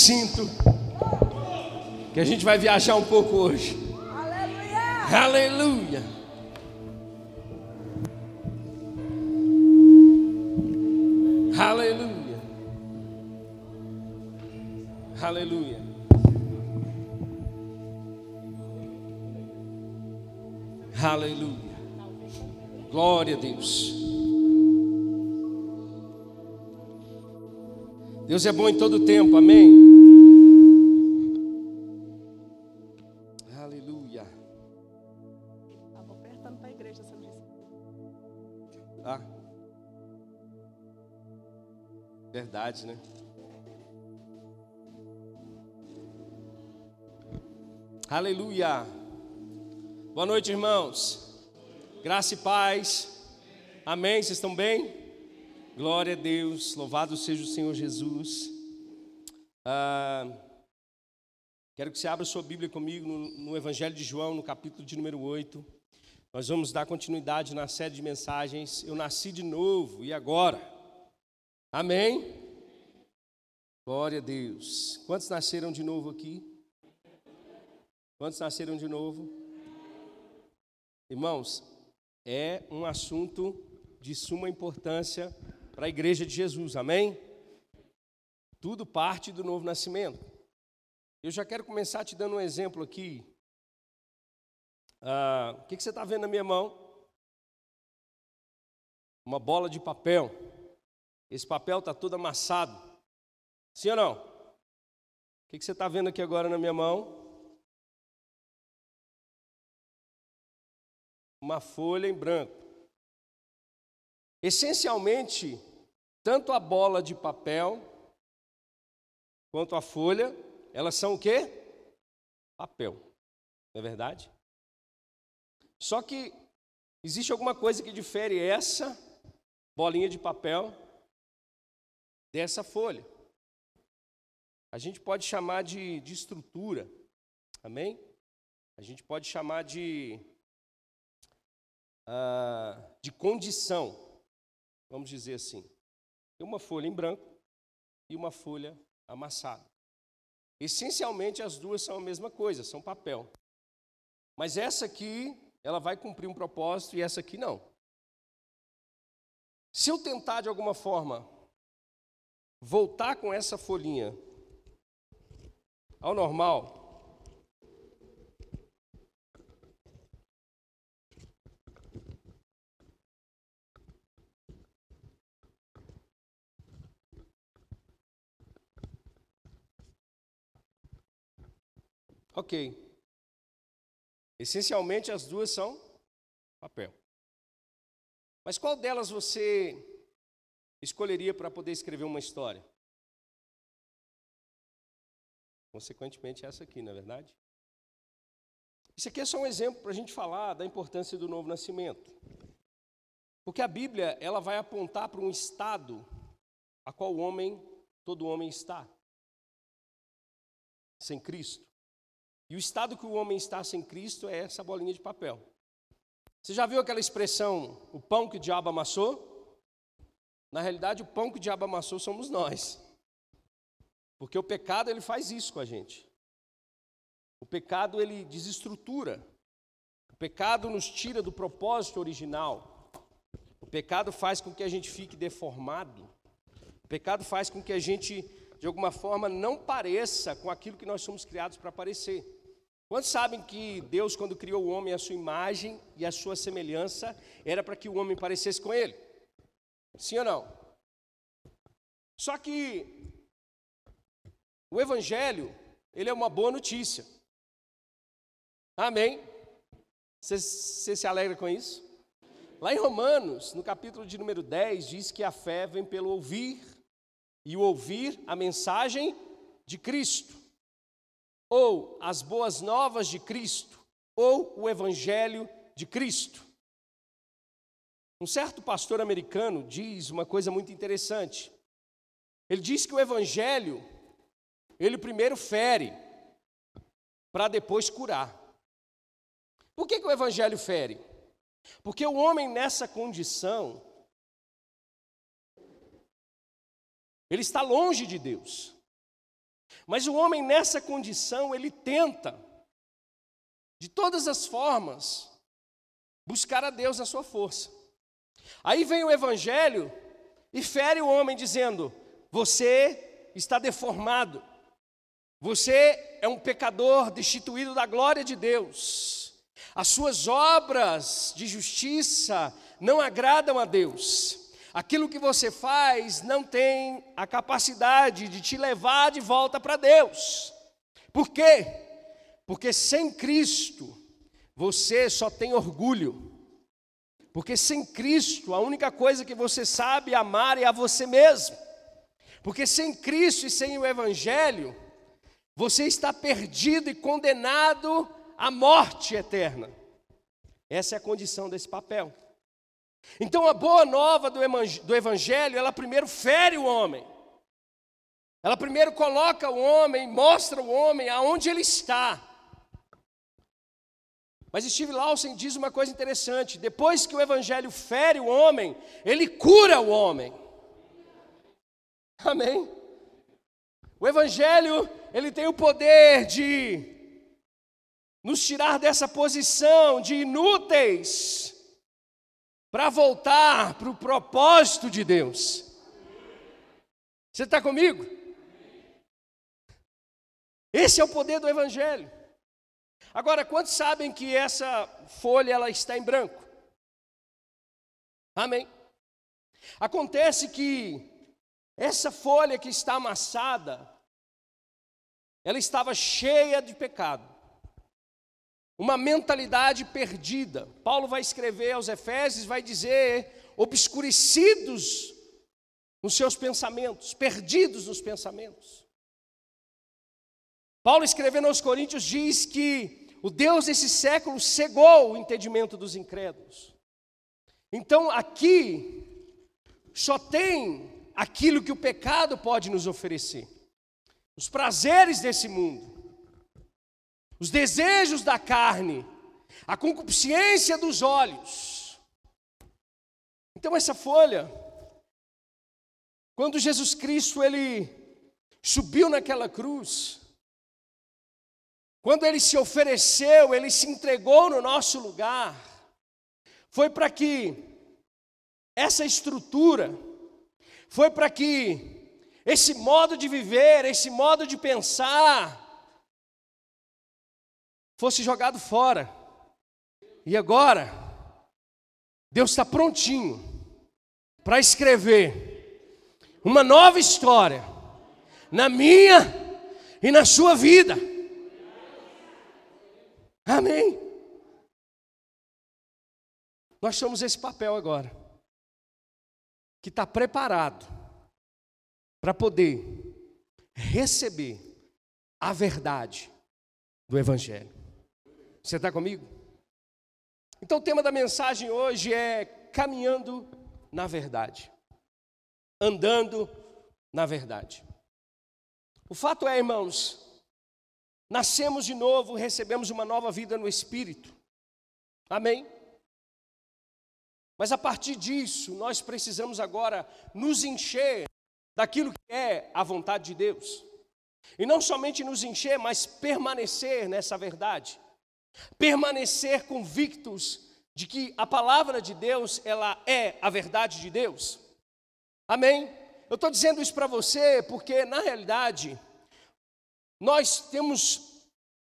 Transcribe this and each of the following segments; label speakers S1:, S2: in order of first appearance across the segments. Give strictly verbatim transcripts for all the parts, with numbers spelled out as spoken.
S1: Sinto que a gente vai viajar um pouco hoje. Aleluia! Aleluia! Aleluia! Aleluia! Aleluia! Glória a Deus! Deus é bom em todo tempo, amém? Aleluia.
S2: Estava apertando para a igreja, você não disse?
S1: Ah, verdade, né? Aleluia. Boa noite, irmãos. Graça e paz. Amém, vocês estão bem? Glória a Deus, louvado seja o Senhor Jesus. Ah, quero que você abra sua Bíblia comigo no, no Evangelho de João, no capítulo de número oito. Nós vamos dar continuidade na série de mensagens. Eu nasci de novo, e agora? Amém? Glória a Deus. Quantos nasceram de novo aqui? Quantos nasceram de novo? Irmãos, é um assunto de suma importância para a igreja de Jesus, amém? Tudo parte do novo nascimento. Eu já quero começar te dando um exemplo aqui. Ah, o que, que você está vendo na minha mão? Uma bola de papel. Esse papel está todo amassado. Sim ou não? O que, que você está vendo aqui agora na minha mão? Uma folha em branco. Essencialmente, tanto a bola de papel quanto a folha, elas são o quê? Papel. Não é verdade? Só que existe alguma coisa que difere essa bolinha de papel dessa folha. A gente pode chamar de, de estrutura, amém? A gente pode chamar de, uh, de condição. Vamos dizer assim, tem uma folha em branco e uma folha amassada. Essencialmente as duas são a mesma coisa, são papel. Mas essa aqui, ela vai cumprir um propósito e essa aqui não. Se eu tentar de alguma forma voltar com essa folhinha ao normal, ok. Essencialmente as duas são papel. Mas qual delas você escolheria para poder escrever uma história? Consequentemente essa aqui, não é verdade? Isso aqui é só um exemplo para a gente falar da importância do novo nascimento. Porque a Bíblia, ela vai apontar para um estado a qual o homem, todo homem está. Sem Cristo. E o estado que o homem está sem Cristo é essa bolinha de papel. Você já viu aquela expressão, o pão que o diabo amassou? Na realidade, o pão que o diabo amassou somos nós. Porque o pecado, ele faz isso com a gente. O pecado, ele desestrutura. O pecado nos tira do propósito original. O pecado faz com que a gente fique deformado. O pecado faz com que a gente, de alguma forma, não pareça com aquilo que nós somos criados para parecer. Quantos sabem que Deus, quando criou o homem, a sua imagem e a sua semelhança, era para que o homem parecesse com ele? Sim ou não? Só que o Evangelho, ele é uma boa notícia. Amém? Você, você se alegra com isso? Lá em Romanos, no capítulo de número dez, diz que a fé vem pelo ouvir, e o ouvir a mensagem de Cristo. Ou as boas novas de Cristo, ou o Evangelho de Cristo. Um certo pastor americano diz uma coisa muito interessante. Ele diz que o Evangelho, ele primeiro fere, para depois curar. Por que que o Evangelho fere? Porque o homem nessa condição, ele está longe de Deus. Mas o homem nessa condição, ele tenta, de todas as formas, buscar a Deus na sua força. Aí vem o Evangelho e fere o homem dizendo: você está deformado, você é um pecador destituído da glória de Deus, as suas obras de justiça não agradam a Deus. Aquilo que você faz não tem a capacidade de te levar de volta para Deus. Por quê? Porque sem Cristo você só tem orgulho. Porque sem Cristo a única coisa que você sabe amar é a você mesmo. Porque sem Cristo e sem o Evangelho você está perdido e condenado à morte eterna. Essa é a condição desse papel. Então a boa nova do Evangelho, ela primeiro fere o homem. Ela primeiro coloca o homem, mostra o homem aonde ele está. Mas Steve Lawson diz uma coisa interessante: depois que o Evangelho fere o homem, ele cura o homem. Amém? O Evangelho, ele tem o poder de nos tirar dessa posição de inúteis, para voltar para o propósito de Deus. Você está comigo? Esse é o poder do Evangelho. Agora, quantos sabem que essa folha ela está em branco? Amém? Acontece que essa folha que está amassada, ela estava cheia de pecado. Uma mentalidade perdida. Paulo vai escrever aos Efésios, vai dizer, obscurecidos nos seus pensamentos, perdidos nos pensamentos. Paulo escrevendo aos Coríntios diz que o Deus desse século cegou o entendimento dos incrédulos. Então aqui só tem aquilo que o pecado pode nos oferecer. Os prazeres desse mundo, os desejos da carne, a concupiscência dos olhos. Então essa folha, quando Jesus Cristo ele subiu naquela cruz, quando ele se ofereceu, ele se entregou no nosso lugar, foi para que essa estrutura, foi para que esse modo de viver, esse modo de pensar, fosse jogado fora. E agora, Deus está prontinho para escrever uma nova história na minha e na sua vida. Amém? Nós somos esse papel agora, que está preparado para poder receber a verdade do Evangelho. Você está comigo? Então o tema da mensagem hoje é caminhando na verdade. Andando na verdade. O fato é, irmãos, nascemos de novo, recebemos uma nova vida no Espírito. Amém? Mas a partir disso, nós precisamos agora nos encher daquilo que é a vontade de Deus. E não somente nos encher, mas permanecer nessa verdade. Permanecer convictos de que a palavra de Deus, ela é a verdade de Deus. Amém? Eu estou dizendo isso para você porque, na realidade, nós temos,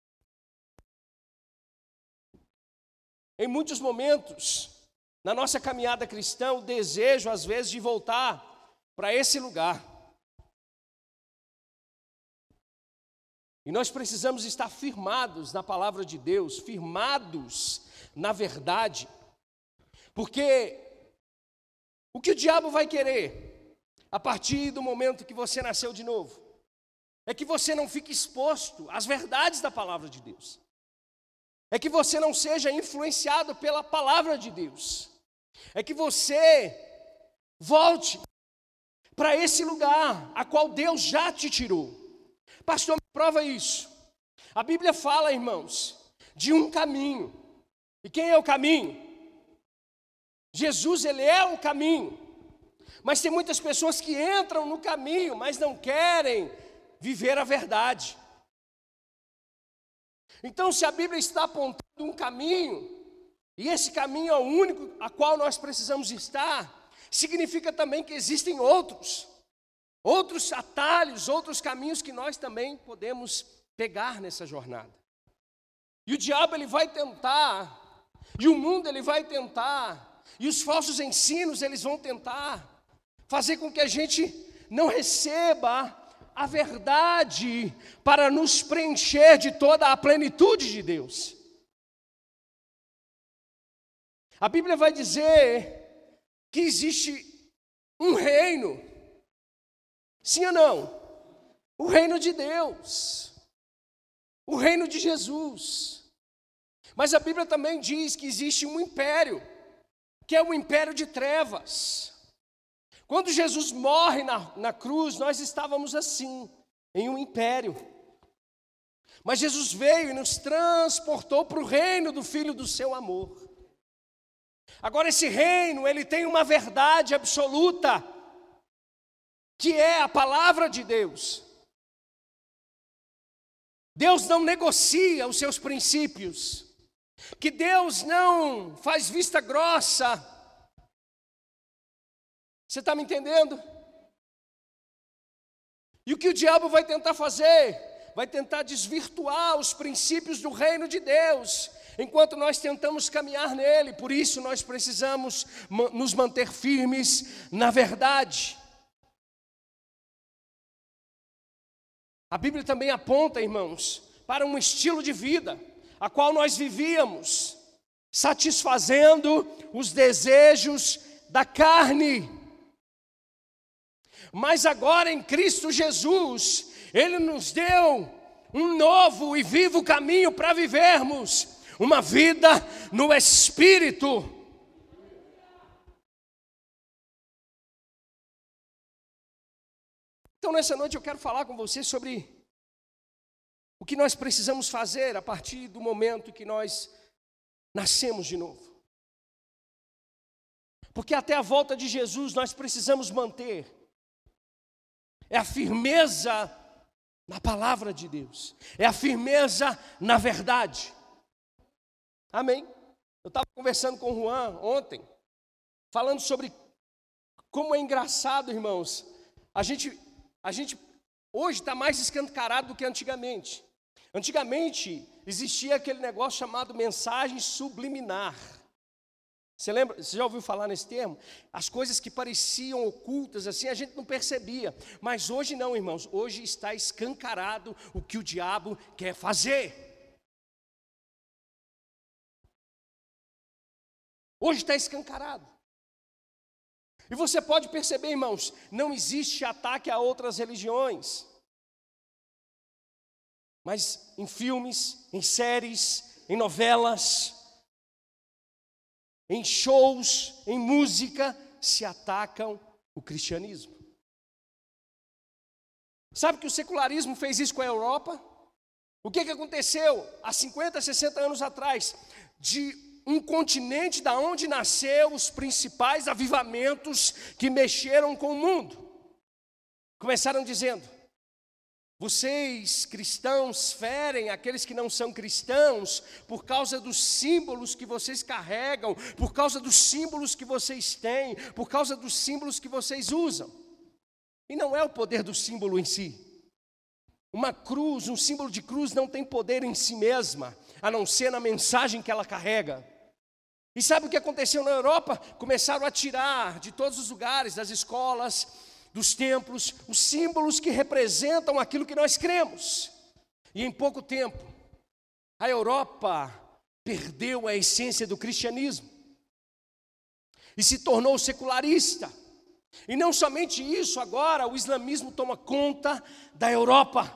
S1: em muitos momentos, na nossa caminhada cristã, o desejo, às vezes, de voltar para esse lugar. E nós precisamos estar firmados na palavra de Deus, firmados na verdade, porque o que o diabo vai querer, a partir do momento que você nasceu de novo, é que você não fique exposto às verdades da palavra de Deus, é que você não seja influenciado pela palavra de Deus, é que você volte para esse lugar a qual Deus já te tirou. Pastor, me prova isso. A Bíblia fala, irmãos, de um caminho. E quem é o caminho? Jesus, ele é o caminho. Mas tem muitas pessoas que entram no caminho, mas não querem viver a verdade. Então, se a Bíblia está apontando um caminho, e esse caminho é o único a qual nós precisamos estar, significa também que existem outros, outros atalhos, outros caminhos que nós também podemos pegar nessa jornada. E o diabo ele vai tentar, e o mundo ele vai tentar, e os falsos ensinos eles vão tentar fazer com que a gente não receba a verdade para nos preencher de toda a plenitude de Deus. A Bíblia vai dizer que existe um reino, sim ou não? O reino de Deus, o reino de Jesus. Mas a Bíblia também diz que existe um império, que é o império de trevas. Quando Jesus morre na, na cruz, nós estávamos assim, em um império. Mas Jesus veio e nos transportou para o reino do Filho do seu amor. Agora esse reino, ele tem uma verdade absoluta, que é a palavra de Deus. Deus não negocia os seus princípios, que Deus não faz vista grossa. Você está me entendendo? E o que o diabo vai tentar fazer? Vai tentar desvirtuar os princípios do reino de Deus, enquanto nós tentamos caminhar nele. Por isso nós precisamos nos manter firmes na verdade. A Bíblia também aponta, irmãos, para um estilo de vida, a qual nós vivíamos, satisfazendo os desejos da carne. Mas agora em Cristo Jesus, Ele nos deu um novo e vivo caminho para vivermos uma vida no Espírito. Então nessa noite eu quero falar com você sobre o que nós precisamos fazer a partir do momento que nós nascemos de novo. Porque até a volta de Jesus nós precisamos manter é a firmeza na palavra de Deus, é a firmeza na verdade. Amém? Eu estava conversando com o Juan ontem, falando sobre como é engraçado, irmãos, a gente, a gente hoje está mais escancarado do que antigamente. Antigamente existia aquele negócio chamado mensagem subliminar. Você lembra? Você já ouviu falar nesse termo? As coisas que pareciam ocultas assim, a gente não percebia. Mas hoje não, irmãos. Hoje está escancarado o que o diabo quer fazer. Hoje está escancarado. E você pode perceber, irmãos, não existe ataque a outras religiões. Mas em filmes, em séries, em novelas, em shows, em música, se atacam o cristianismo. Sabe que o secularismo fez isso com a Europa? O que, que aconteceu há cinquenta, sessenta anos atrás? De um continente da onde nasceu os principais avivamentos que mexeram com o mundo. Começaram dizendo: vocês, cristãos, ferem aqueles que não são cristãos por causa dos símbolos que vocês carregam, por causa dos símbolos que vocês têm, por causa dos símbolos que vocês usam. E não é o poder do símbolo em si. Uma cruz, um símbolo de cruz não tem poder em si mesma, a não ser na mensagem que ela carrega. E sabe o que aconteceu na Europa? Começaram a tirar de todos os lugares, das escolas, dos templos, os símbolos que representam aquilo que nós cremos. E em pouco tempo, a Europa perdeu a essência do cristianismo e se tornou secularista. E não somente isso, agora o islamismo toma conta da Europa.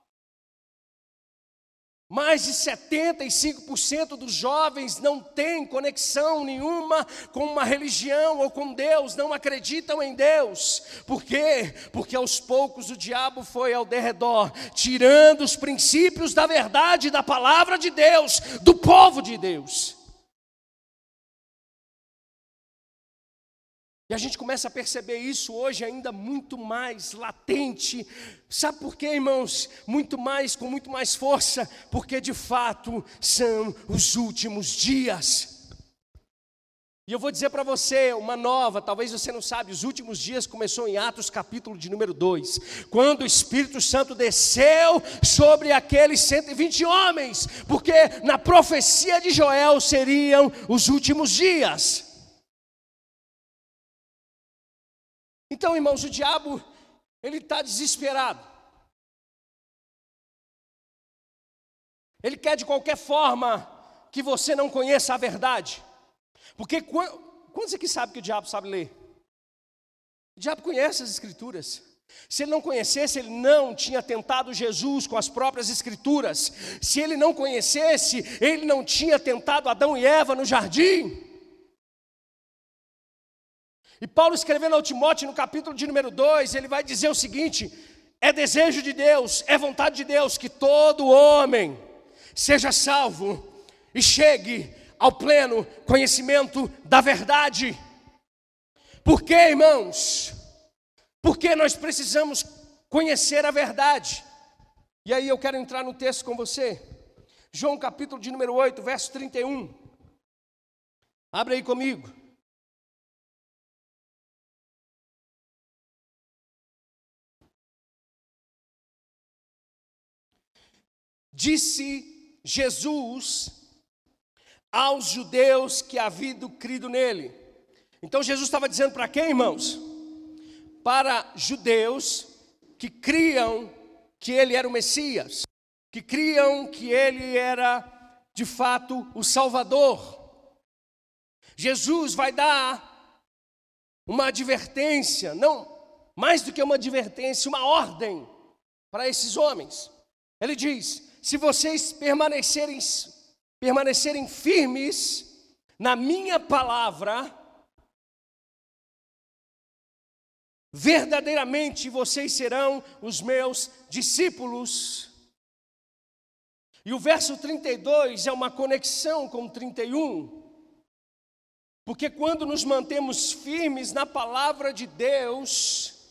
S1: Mais de setenta e cinco por cento dos jovens não têm conexão nenhuma com uma religião ou com Deus, não acreditam em Deus. Por quê? Porque aos poucos o diabo foi ao derredor, tirando os princípios da verdade, da palavra de Deus, do povo de Deus. E a gente começa a perceber isso hoje ainda muito mais latente. Sabe por quê, irmãos? Muito mais, com muito mais força, porque de fato são os últimos dias. E eu vou dizer para você uma nova, talvez você não sabe, os últimos dias começou em Atos capítulo de número dois, quando o Espírito Santo desceu sobre aqueles cento e vinte homens, porque na profecia de Joel seriam os últimos dias. Então, irmãos, o diabo, ele está desesperado. Ele quer de qualquer forma que você não conheça a verdade. Porque quantos aqui sabem que o diabo sabe ler? O diabo conhece as escrituras. Se ele não conhecesse, ele não tinha tentado Jesus com as próprias escrituras. Se ele não conhecesse, ele não tinha tentado Adão e Eva no jardim. E Paulo escrevendo ao Timóteo no capítulo de número dois, ele vai dizer o seguinte: é desejo de Deus, é vontade de Deus que todo homem seja salvo e chegue ao pleno conhecimento da verdade. Por quê, irmãos? Porque nós precisamos conhecer a verdade. E aí eu quero entrar no texto com você. João capítulo de número oito, verso trinta e um. Abre aí comigo. Disse Jesus aos judeus que haviam crido nele. Então Jesus estava dizendo para quem, irmãos? Para judeus que criam que ele era o Messias, que criam que ele era de fato o Salvador. Jesus vai dar uma advertência, não, mais do que uma advertência, uma ordem para esses homens. Ele diz: se vocês permanecerem permanecerem firmes na minha palavra, verdadeiramente vocês serão os meus discípulos. E o verso trinta e dois é uma conexão com o trinta e um, porque quando nos mantemos firmes na palavra de Deus,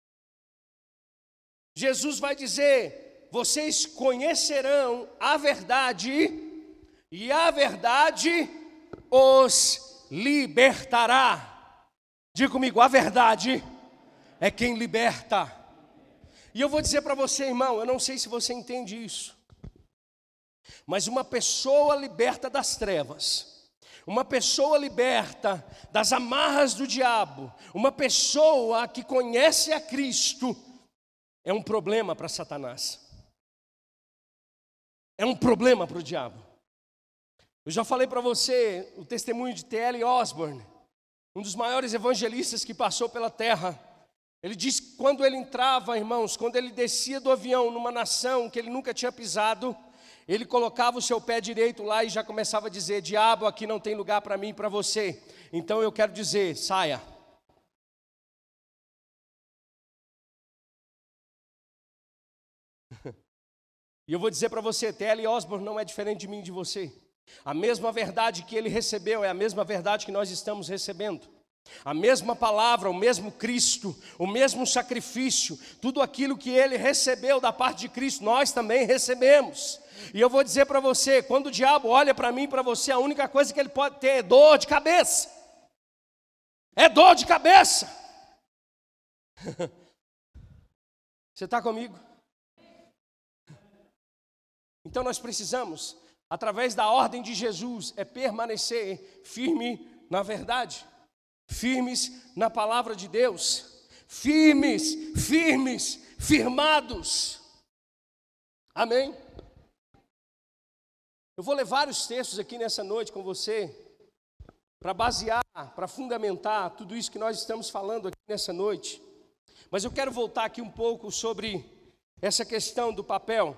S1: Jesus vai dizer: vocês conhecerão a verdade, e a verdade os libertará. Diga comigo: a verdade é quem liberta. E eu vou dizer para você, irmão, eu não sei se você entende isso, mas uma pessoa liberta das trevas, uma pessoa liberta das amarras do diabo, uma pessoa que conhece a Cristo, é um problema para Satanás, é um problema para o diabo. Eu já falei para você o testemunho de T L Osborne, um dos maiores evangelistas que passou pela terra. Ele diz que quando ele entrava, irmãos, quando ele descia do avião numa nação que ele nunca tinha pisado, ele colocava o seu pé direito lá e já começava a dizer: diabo, aqui não tem lugar para mim e para você. Então eu quero dizer, saia. E eu vou dizer para você, T L Osborne não é diferente de mim e de você. A mesma verdade que ele recebeu é a mesma verdade que nós estamos recebendo. A mesma palavra, o mesmo Cristo, o mesmo sacrifício, tudo aquilo que ele recebeu da parte de Cristo, nós também recebemos. E eu vou dizer para você, quando o diabo olha para mim e para você, a única coisa que ele pode ter é dor de cabeça. É dor de cabeça. Você está comigo? Então nós precisamos, através da ordem de Jesus, é permanecer firme na verdade, firmes na palavra de Deus, firmes, firmes, firmados. Amém? Eu vou ler vários textos aqui nessa noite com você, para basear, para fundamentar tudo isso que nós estamos falando aqui nessa noite. Mas eu quero voltar aqui um pouco sobre essa questão do papel.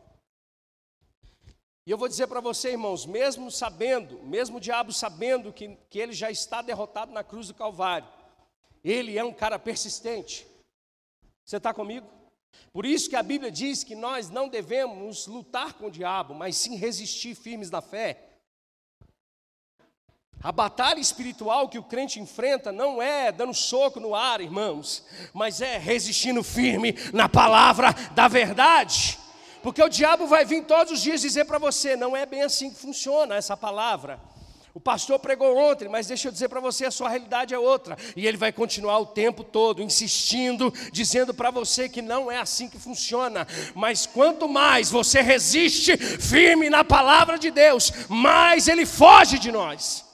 S1: E eu vou dizer para você, irmãos, mesmo sabendo, mesmo o diabo sabendo que, que ele já está derrotado na cruz do Calvário, ele é um cara persistente. Você está comigo? Por isso que a Bíblia diz que nós não devemos lutar com o diabo, mas sim resistir firmes na fé. A batalha espiritual que o crente enfrenta não é dando soco no ar, irmãos, mas é resistindo firme na palavra da verdade. Porque o diabo vai vir todos os dias dizer para você, não é bem assim que funciona essa palavra. O pastor pregou ontem, mas deixa eu dizer para você, a sua realidade é outra. E ele vai continuar o tempo todo insistindo, dizendo para você que não é assim que funciona. Mas quanto mais você resiste firme na palavra de Deus, mais ele foge de nós.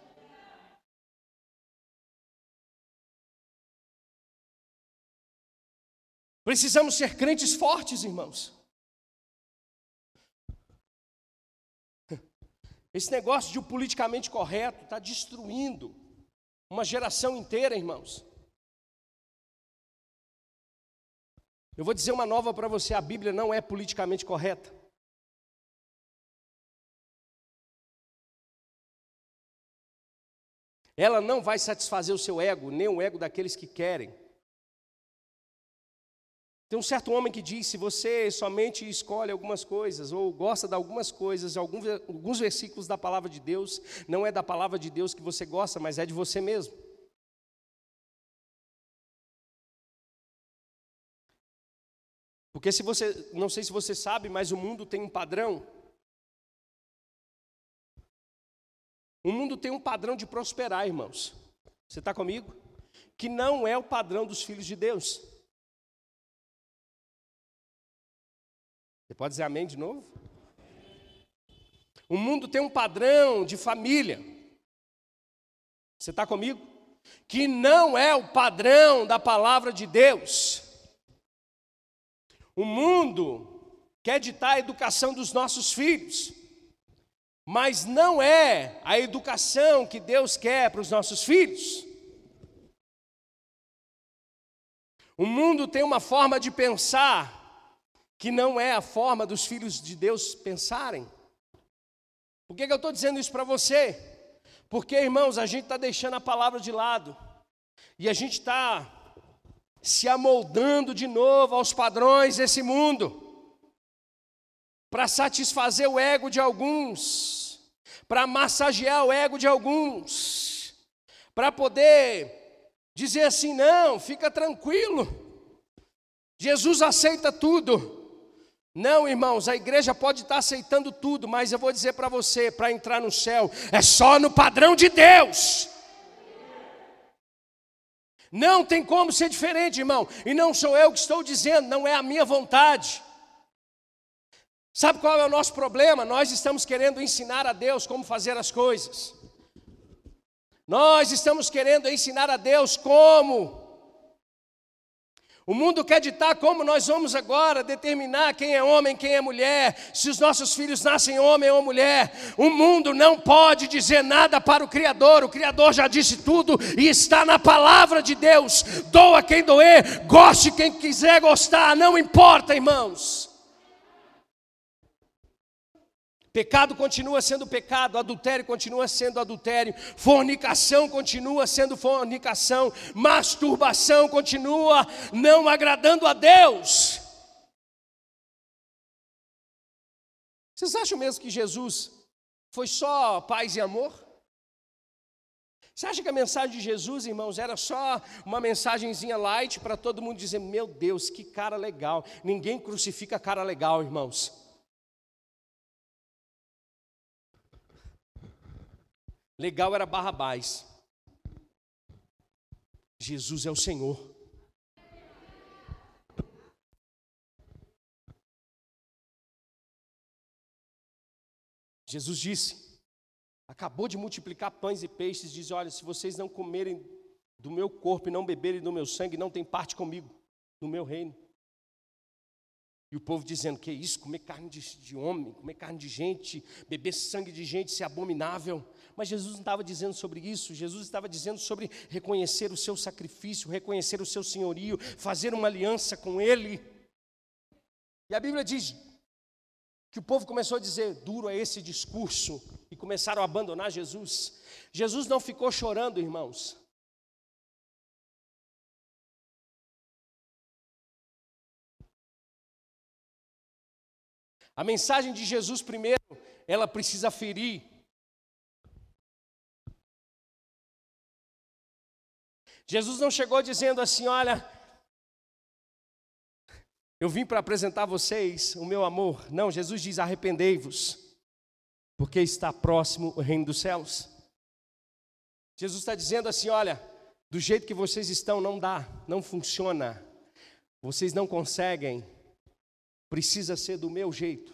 S1: Precisamos ser crentes fortes, irmãos. Esse negócio de o politicamente correto está destruindo uma geração inteira, irmãos. Eu vou dizer uma nova para você, a Bíblia não é politicamente correta. Ela não vai satisfazer o seu ego, nem o ego daqueles que querem. Tem um certo homem que diz, se você somente escolhe algumas coisas, ou gosta de algumas coisas, alguns, alguns versículos da palavra de Deus, não é da palavra de Deus que você gosta, mas é de você mesmo. Porque se você, não sei se você sabe, mas o mundo tem um padrão. O mundo tem um padrão de prosperar, irmãos. Você está comigo? Que não é o padrão dos filhos de Deus. Você pode dizer amém de novo? O mundo tem um padrão de família. Você está comigo? Que não é o padrão da palavra de Deus. O mundo quer ditar a educação dos nossos filhos, mas não é a educação que Deus quer para os nossos filhos. O mundo tem uma forma de pensar que não é a forma dos filhos de Deus pensarem. Por que que eu estou dizendo isso para você? Porque, irmãos, a gente está deixando a palavra de lado, e a gente está se amoldando de novo aos padrões desse mundo, para satisfazer o ego de alguns, para massagear o ego de alguns, para poder dizer assim, não, fica tranquilo, Jesus aceita tudo. Não, irmãos, a igreja pode estar aceitando tudo, mas eu vou dizer para você, para entrar no céu, é só no padrão de Deus. Não tem como ser diferente, irmão. E não sou eu que estou dizendo, não é a minha vontade. Sabe qual é o nosso problema? Nós estamos querendo ensinar a Deus como fazer as coisas. Nós estamos querendo ensinar a Deus como. O mundo quer ditar como nós vamos agora determinar quem é homem, quem é mulher, se os nossos filhos nascem homem ou mulher. O mundo não pode dizer nada para o Criador, o Criador já disse tudo e está na palavra de Deus. Doa quem doer, goste quem quiser gostar, não importa, irmãos. Pecado continua sendo pecado, adultério continua sendo adultério, fornicação continua sendo fornicação, masturbação continua não agradando a Deus. Vocês acham mesmo que Jesus foi só paz e amor? Você acha que a mensagem de Jesus, irmãos, era só uma mensagenzinha light para todo mundo dizer, meu Deus, que cara legal? Ninguém crucifica cara legal, irmãos. Legal era Barrabás. Jesus é o Senhor. Jesus disse, acabou de multiplicar pães e peixes, diz, olha, se vocês não comerem do meu corpo e não beberem do meu sangue, não tem parte comigo, no meu reino. E o povo dizendo, que isso, comer carne de, de homem, comer carne de gente, beber sangue de gente, isso é abominável. Mas Jesus não estava dizendo sobre isso, Jesus estava dizendo sobre reconhecer o seu sacrifício, reconhecer o seu senhorio, fazer uma aliança com Ele. E a Bíblia diz que o povo começou a dizer, duro é esse discurso, e começaram a abandonar Jesus. Jesus não ficou chorando, irmãos. A mensagem de Jesus, primeiro, ela precisa ferir. Jesus não chegou dizendo assim: olha, eu vim para apresentar a vocês o meu amor. Não, Jesus diz: arrependei-vos, porque está próximo o reino dos céus. Jesus está dizendo assim: olha, do jeito que vocês estão não dá, não funciona, vocês não conseguem, precisa ser do meu jeito.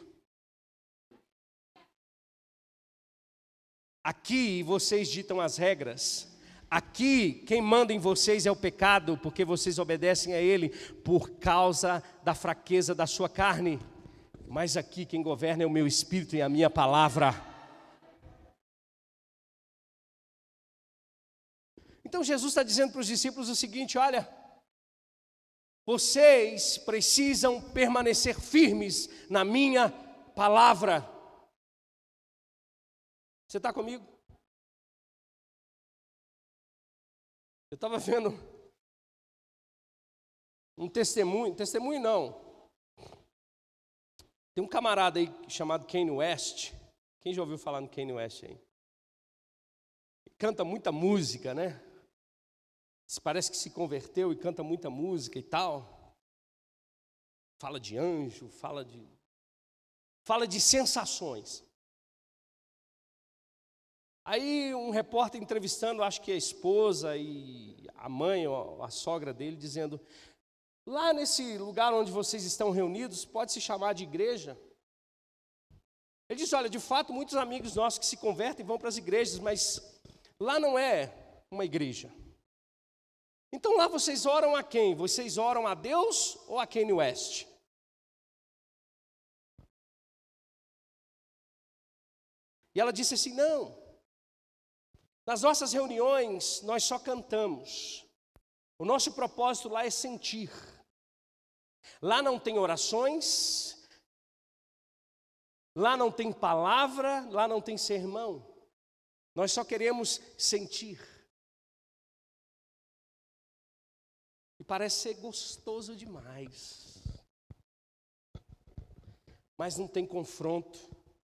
S1: Aqui vocês ditam as regras. Aqui, quem manda em vocês é o pecado, porque vocês obedecem a ele por causa da fraqueza da sua carne. Mas aqui quem governa é o meu espírito e a minha palavra. Então Jesus está dizendo para os discípulos o seguinte: olha, vocês precisam permanecer firmes na minha palavra. Você está comigo? Eu estava vendo um testemunho, testemunho não, tem um camarada aí chamado Kanye West. Quem já ouviu falar no Kanye West aí? Canta muita música, né? Parece que se converteu e canta muita música e tal. Fala de anjo, fala de, fala de sensações. Aí um repórter entrevistando, acho que a esposa e a mãe ou a sogra dele, dizendo: lá nesse lugar onde vocês estão reunidos, pode se chamar de igreja? Ele disse: olha, de fato, muitos amigos nossos que se convertem vão para as igrejas, mas lá não é uma igreja. Então lá vocês oram a quem? Vocês oram a Deus ou a Kanye West? E ela disse assim: não. Nas nossas reuniões, nós só cantamos. O nosso propósito lá é sentir. Lá não tem orações, lá não tem palavra, lá não tem sermão. Nós só queremos sentir. E parece ser gostoso demais. Mas não tem confronto.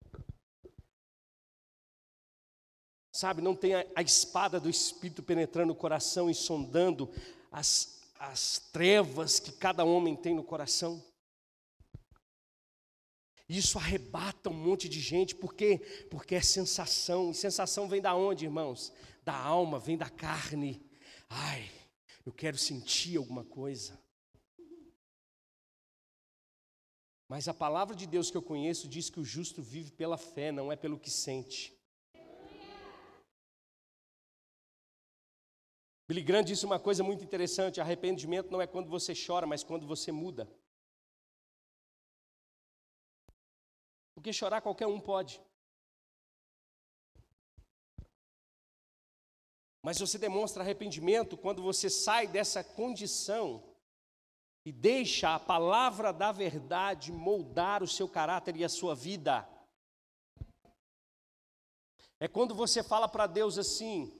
S1: Sabe, não tem a, a espada do Espírito penetrando o coração e sondando as, as trevas que cada homem tem no coração. Isso arrebata um monte de gente, por quê? Porque é sensação, e sensação vem da onde, irmãos? Da alma, vem da carne. Ai, eu quero sentir alguma coisa. Mas a palavra de Deus que eu conheço diz que o justo vive pela fé, não é pelo que sente. Billy Graham disse uma coisa muito interessante: arrependimento não é quando você chora, mas quando você muda. Porque chorar qualquer um pode. Mas você demonstra arrependimento quando você sai dessa condição e deixa a palavra da verdade moldar o seu caráter e a sua vida. É quando você fala para Deus assim: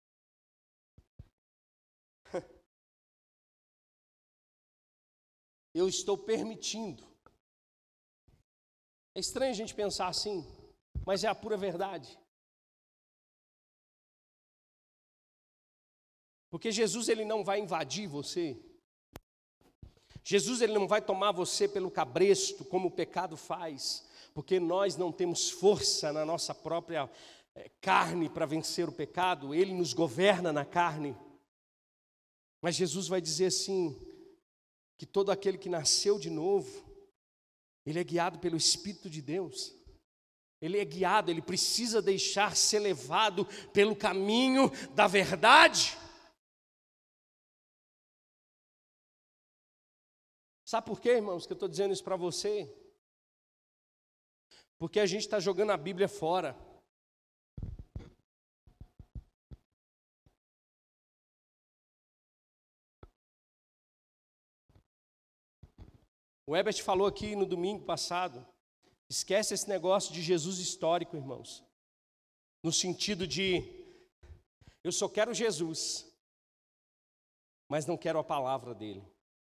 S1: eu estou permitindo. É estranho a gente pensar assim, mas é a pura verdade. Porque Jesus, ele não vai invadir você. Jesus, ele não vai tomar você pelo cabresto, como o pecado faz. Porque nós não temos força na nossa própria carne para vencer o pecado. Ele nos governa na carne. Mas Jesus vai dizer assim: que todo aquele que nasceu de novo, ele é guiado pelo Espírito de Deus. Ele é guiado, ele precisa deixar ser levado pelo caminho da verdade. Sabe por quê, irmãos, que eu estou dizendo isso para você? Porque a gente está jogando a Bíblia fora. O Ebert falou aqui no domingo passado: esquece esse negócio de Jesus histórico, irmãos. No sentido de, eu só quero Jesus, mas não quero a palavra dele.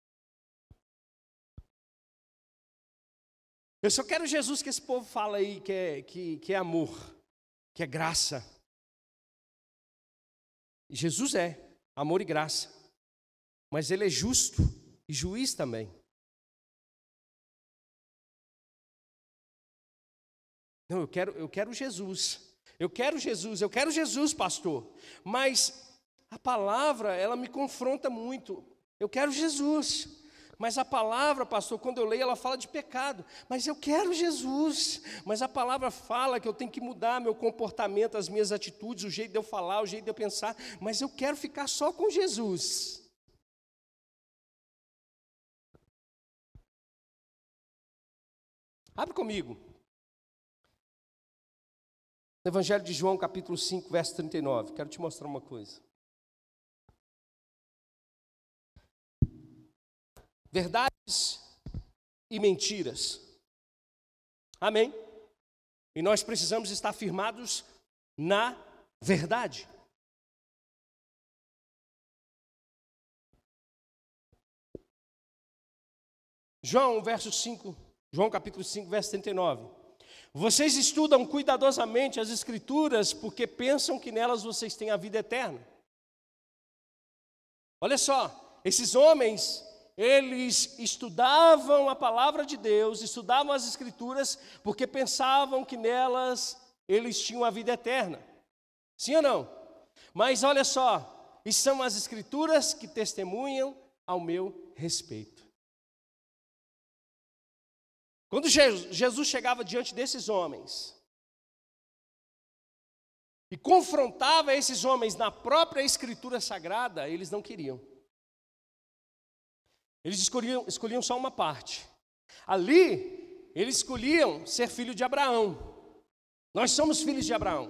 S1: Eu só quero Jesus que esse povo fala aí, que é, que, que é amor, que é graça. E Jesus é, amor e graça. Mas ele é justo e juiz também. Não, eu quero, eu quero Jesus. Eu quero Jesus, eu quero Jesus, pastor. Mas a palavra, ela me confronta muito. Eu quero Jesus. Mas a palavra, pastor, quando eu leio, ela fala de pecado. Mas eu quero Jesus. Mas a palavra fala que eu tenho que mudar meu comportamento, as minhas atitudes, o jeito de eu falar, o jeito de eu pensar. Mas eu quero ficar só com Jesus. Abre comigo. Evangelho de João, capítulo cinco, verso trinta e nove. Quero te mostrar uma coisa. Verdades e mentiras. Amém? E nós precisamos estar firmados na verdade. João, verso cinco, João capítulo cinco, verso trinta e nove. Vocês estudam cuidadosamente as Escrituras porque pensam que nelas vocês têm a vida eterna. Olha só, esses homens, eles estudavam a palavra de Deus, estudavam as Escrituras porque pensavam que nelas eles tinham a vida eterna. Sim ou não? Mas olha só, e são as Escrituras que testemunham ao meu respeito. Quando Jesus chegava diante desses homens e confrontava esses homens na própria Escritura Sagrada, eles não queriam. Eles escolhiam, escolhiam só uma parte. Ali, eles escolhiam ser filho de Abraão. Nós somos filhos de Abraão.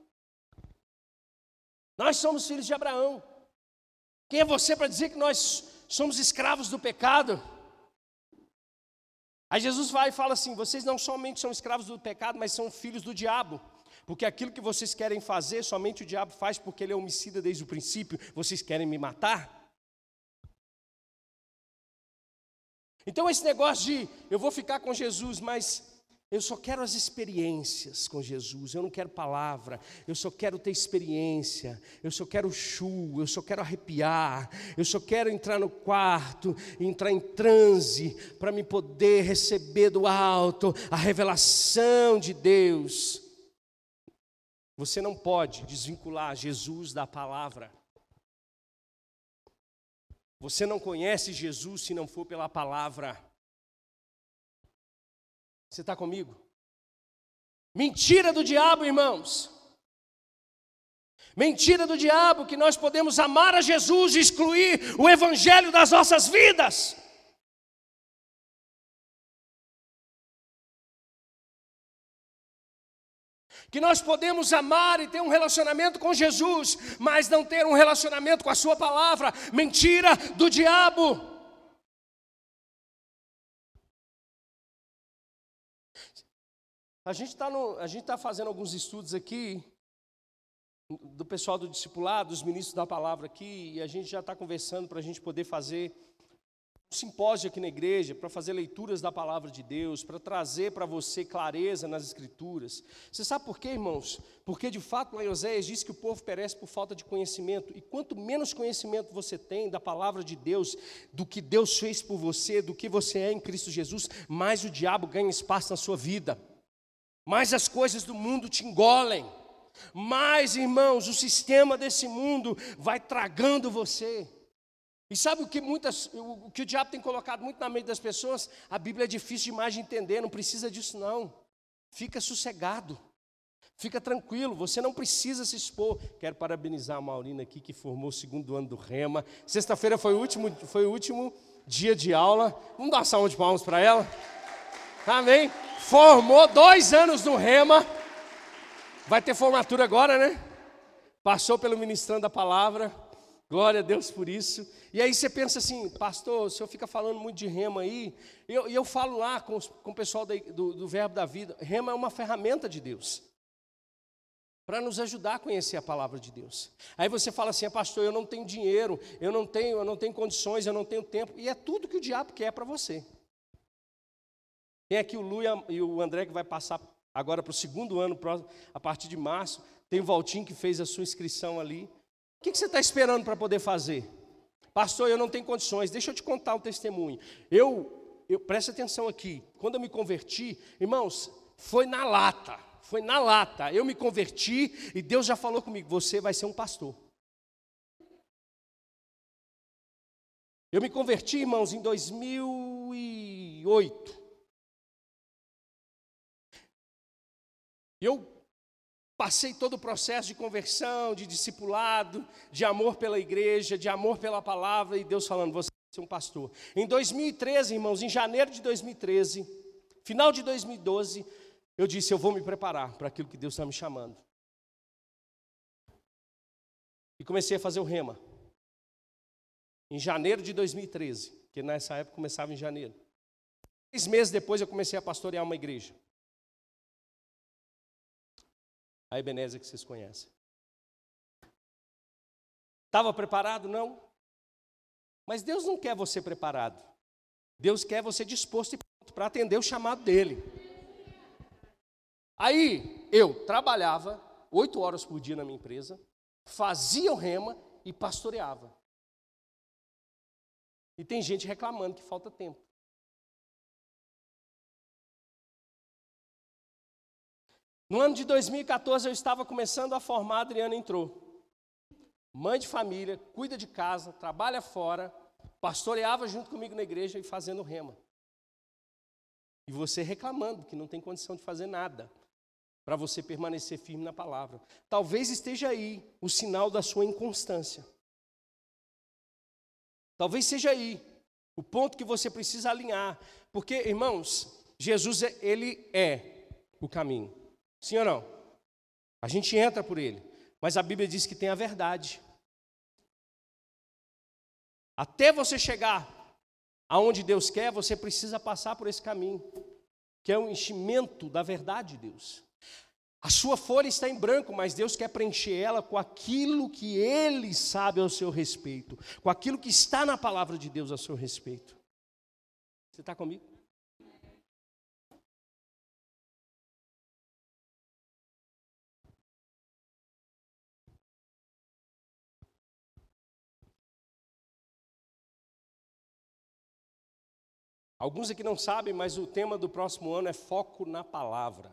S1: Nós somos filhos de Abraão. Quem é você para dizer que nós somos escravos do pecado? Aí Jesus vai e fala assim, vocês não somente são escravos do pecado, mas são filhos do diabo. Porque aquilo que vocês querem fazer, somente o diabo faz porque ele é homicida desde o princípio. Vocês querem me matar? Então esse negócio de, eu vou ficar com Jesus, mas eu só quero as experiências com Jesus, eu não quero palavra, eu só quero ter experiência, eu só quero chu, eu só quero arrepiar, eu só quero entrar no quarto, entrar em transe, para me poder receber do alto a revelação de Deus. Você não pode desvincular Jesus da palavra. Você não conhece Jesus se não for pela palavra. Você está comigo? Mentira do diabo, irmãos. Mentira do diabo que nós podemos amar a Jesus e excluir o evangelho das nossas vidas. Que nós podemos amar e ter um relacionamento com Jesus, mas não ter um relacionamento com a sua palavra. Mentira do diabo. A gente está a gente tá fazendo alguns estudos aqui, do pessoal do discipulado, dos ministros da palavra aqui, e a gente já está conversando para a gente poder fazer um simpósio aqui na igreja, para fazer leituras da palavra de Deus, para trazer para você clareza nas Escrituras. Você sabe por quê, irmãos? Porque de fato lá em Oséias diz que o povo perece por falta de conhecimento, e quanto menos conhecimento você tem da palavra de Deus, do que Deus fez por você, do que você é em Cristo Jesus, mais o diabo ganha espaço na sua vida. Mais as coisas do mundo te engolem. Mais, irmãos, o sistema desse mundo vai tragando você. E sabe o que, muitas, o que o diabo tem colocado muito na mente das pessoas? A Bíblia é difícil demais de entender, não precisa disso não. Fica sossegado, fica tranquilo, você não precisa se expor. Quero parabenizar a Maurina aqui, que formou o segundo ano do Rema. Sexta-feira foi o último, foi o último dia de aula. Vamos dar uma salva de palmas para ela? Amém? Formou dois anos no Rema. Vai ter formatura agora, né? Passou pelo ministrando a palavra. Glória a Deus por isso. E aí você pensa assim, pastor, o senhor fica falando muito de Rema aí. E eu, eu falo lá com, com o pessoal da, do, do Verbo da Vida. Rema é uma ferramenta de Deus para nos ajudar a conhecer a palavra de Deus. Aí você fala assim, pastor, eu não tenho dinheiro, eu não tenho, eu não tenho condições, eu não tenho tempo. E é tudo que o diabo quer para você. Tem aqui o Lu e o André que vai passar agora para o segundo ano, a partir de março. Tem o Valtinho que fez a sua inscrição ali. O que, que você está esperando para poder fazer? Pastor, eu não tenho condições. Deixa eu te contar um testemunho. Eu, eu preste atenção aqui. Quando eu me converti, irmãos, foi na lata. Foi na lata. Eu me converti e Deus já falou comigo, você vai ser um pastor. Eu me converti, irmãos, em dois mil e oito. Eu passei todo o processo de conversão, de discipulado, de amor pela igreja, de amor pela palavra, e Deus falando, você vai ser um pastor. Em dois mil e treze, irmãos, em janeiro de dois mil e treze, final de dois mil e doze, eu disse, eu vou me preparar para aquilo que Deus está me chamando. E comecei a fazer o rema. Em janeiro de dois mil e treze, porque nessa época começava em janeiro. Seis meses depois eu comecei a pastorear uma igreja. A Ebenezer que vocês conhecem. Estava preparado? Não. Mas Deus não quer você preparado. Deus quer você disposto e pronto para atender o chamado dele. Aí eu trabalhava oito horas por dia na minha empresa, fazia o rema e pastoreava. E tem gente reclamando que falta tempo. No ano de dois mil e quatorze, eu estava começando a formar, a Adriana entrou. Mãe de família, cuida de casa, trabalha fora, pastoreava junto comigo na igreja e fazendo rema. E você reclamando que não tem condição de fazer nada para você permanecer firme na palavra. Talvez esteja aí o sinal da sua inconstância. Talvez seja aí o ponto que você precisa alinhar. Porque, irmãos, Jesus, ele é o caminho. Sim ou não? A gente entra por ele. Mas a Bíblia diz que tem a verdade. Até você chegar aonde Deus quer, você precisa passar por esse caminho, que é o enchimento da verdade de Deus. A sua folha está em branco, mas Deus quer preencher ela com aquilo que Ele sabe ao seu respeito, com aquilo que está na palavra de Deus ao seu respeito. Você está comigo? Alguns aqui não sabem, mas o tema do próximo ano é foco na palavra.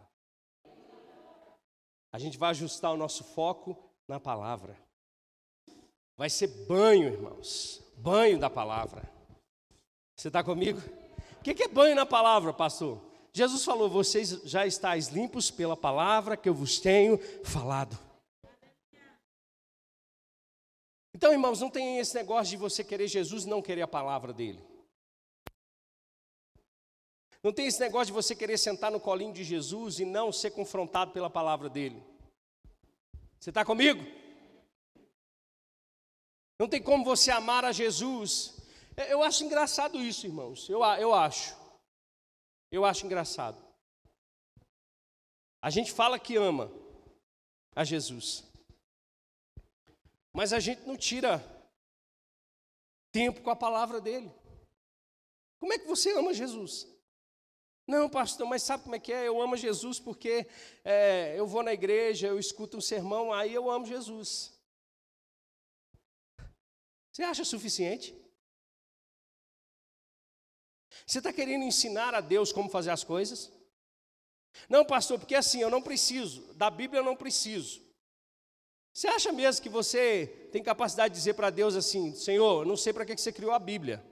S1: A gente vai ajustar o nosso foco na palavra. Vai ser banho, irmãos. Banho da palavra. Você está comigo? O que é banho na palavra, pastor? Jesus falou, vocês já estáis limpos pela palavra que eu vos tenho falado. Então, irmãos, não tem esse negócio de você querer Jesus e não querer a palavra dele. Não tem esse negócio de você querer sentar no colinho de Jesus e não ser confrontado pela palavra dele. Você está comigo? Não tem como você amar a Jesus. Eu acho engraçado isso, irmãos. Eu, eu acho. Eu acho engraçado. A gente fala que ama a Jesus. Mas a gente não tira tempo com a palavra dele. Como é que você ama Jesus? Não, pastor, mas sabe como é que é? Eu amo Jesus porque é, eu vou na igreja, eu escuto um sermão, aí eu amo Jesus. Você acha suficiente? Você está querendo ensinar a Deus como fazer as coisas? Não, pastor, porque assim, eu não preciso, da Bíblia eu não preciso. Você acha mesmo que você tem capacidade de dizer para Deus assim, Senhor, eu não sei para que você criou a Bíblia.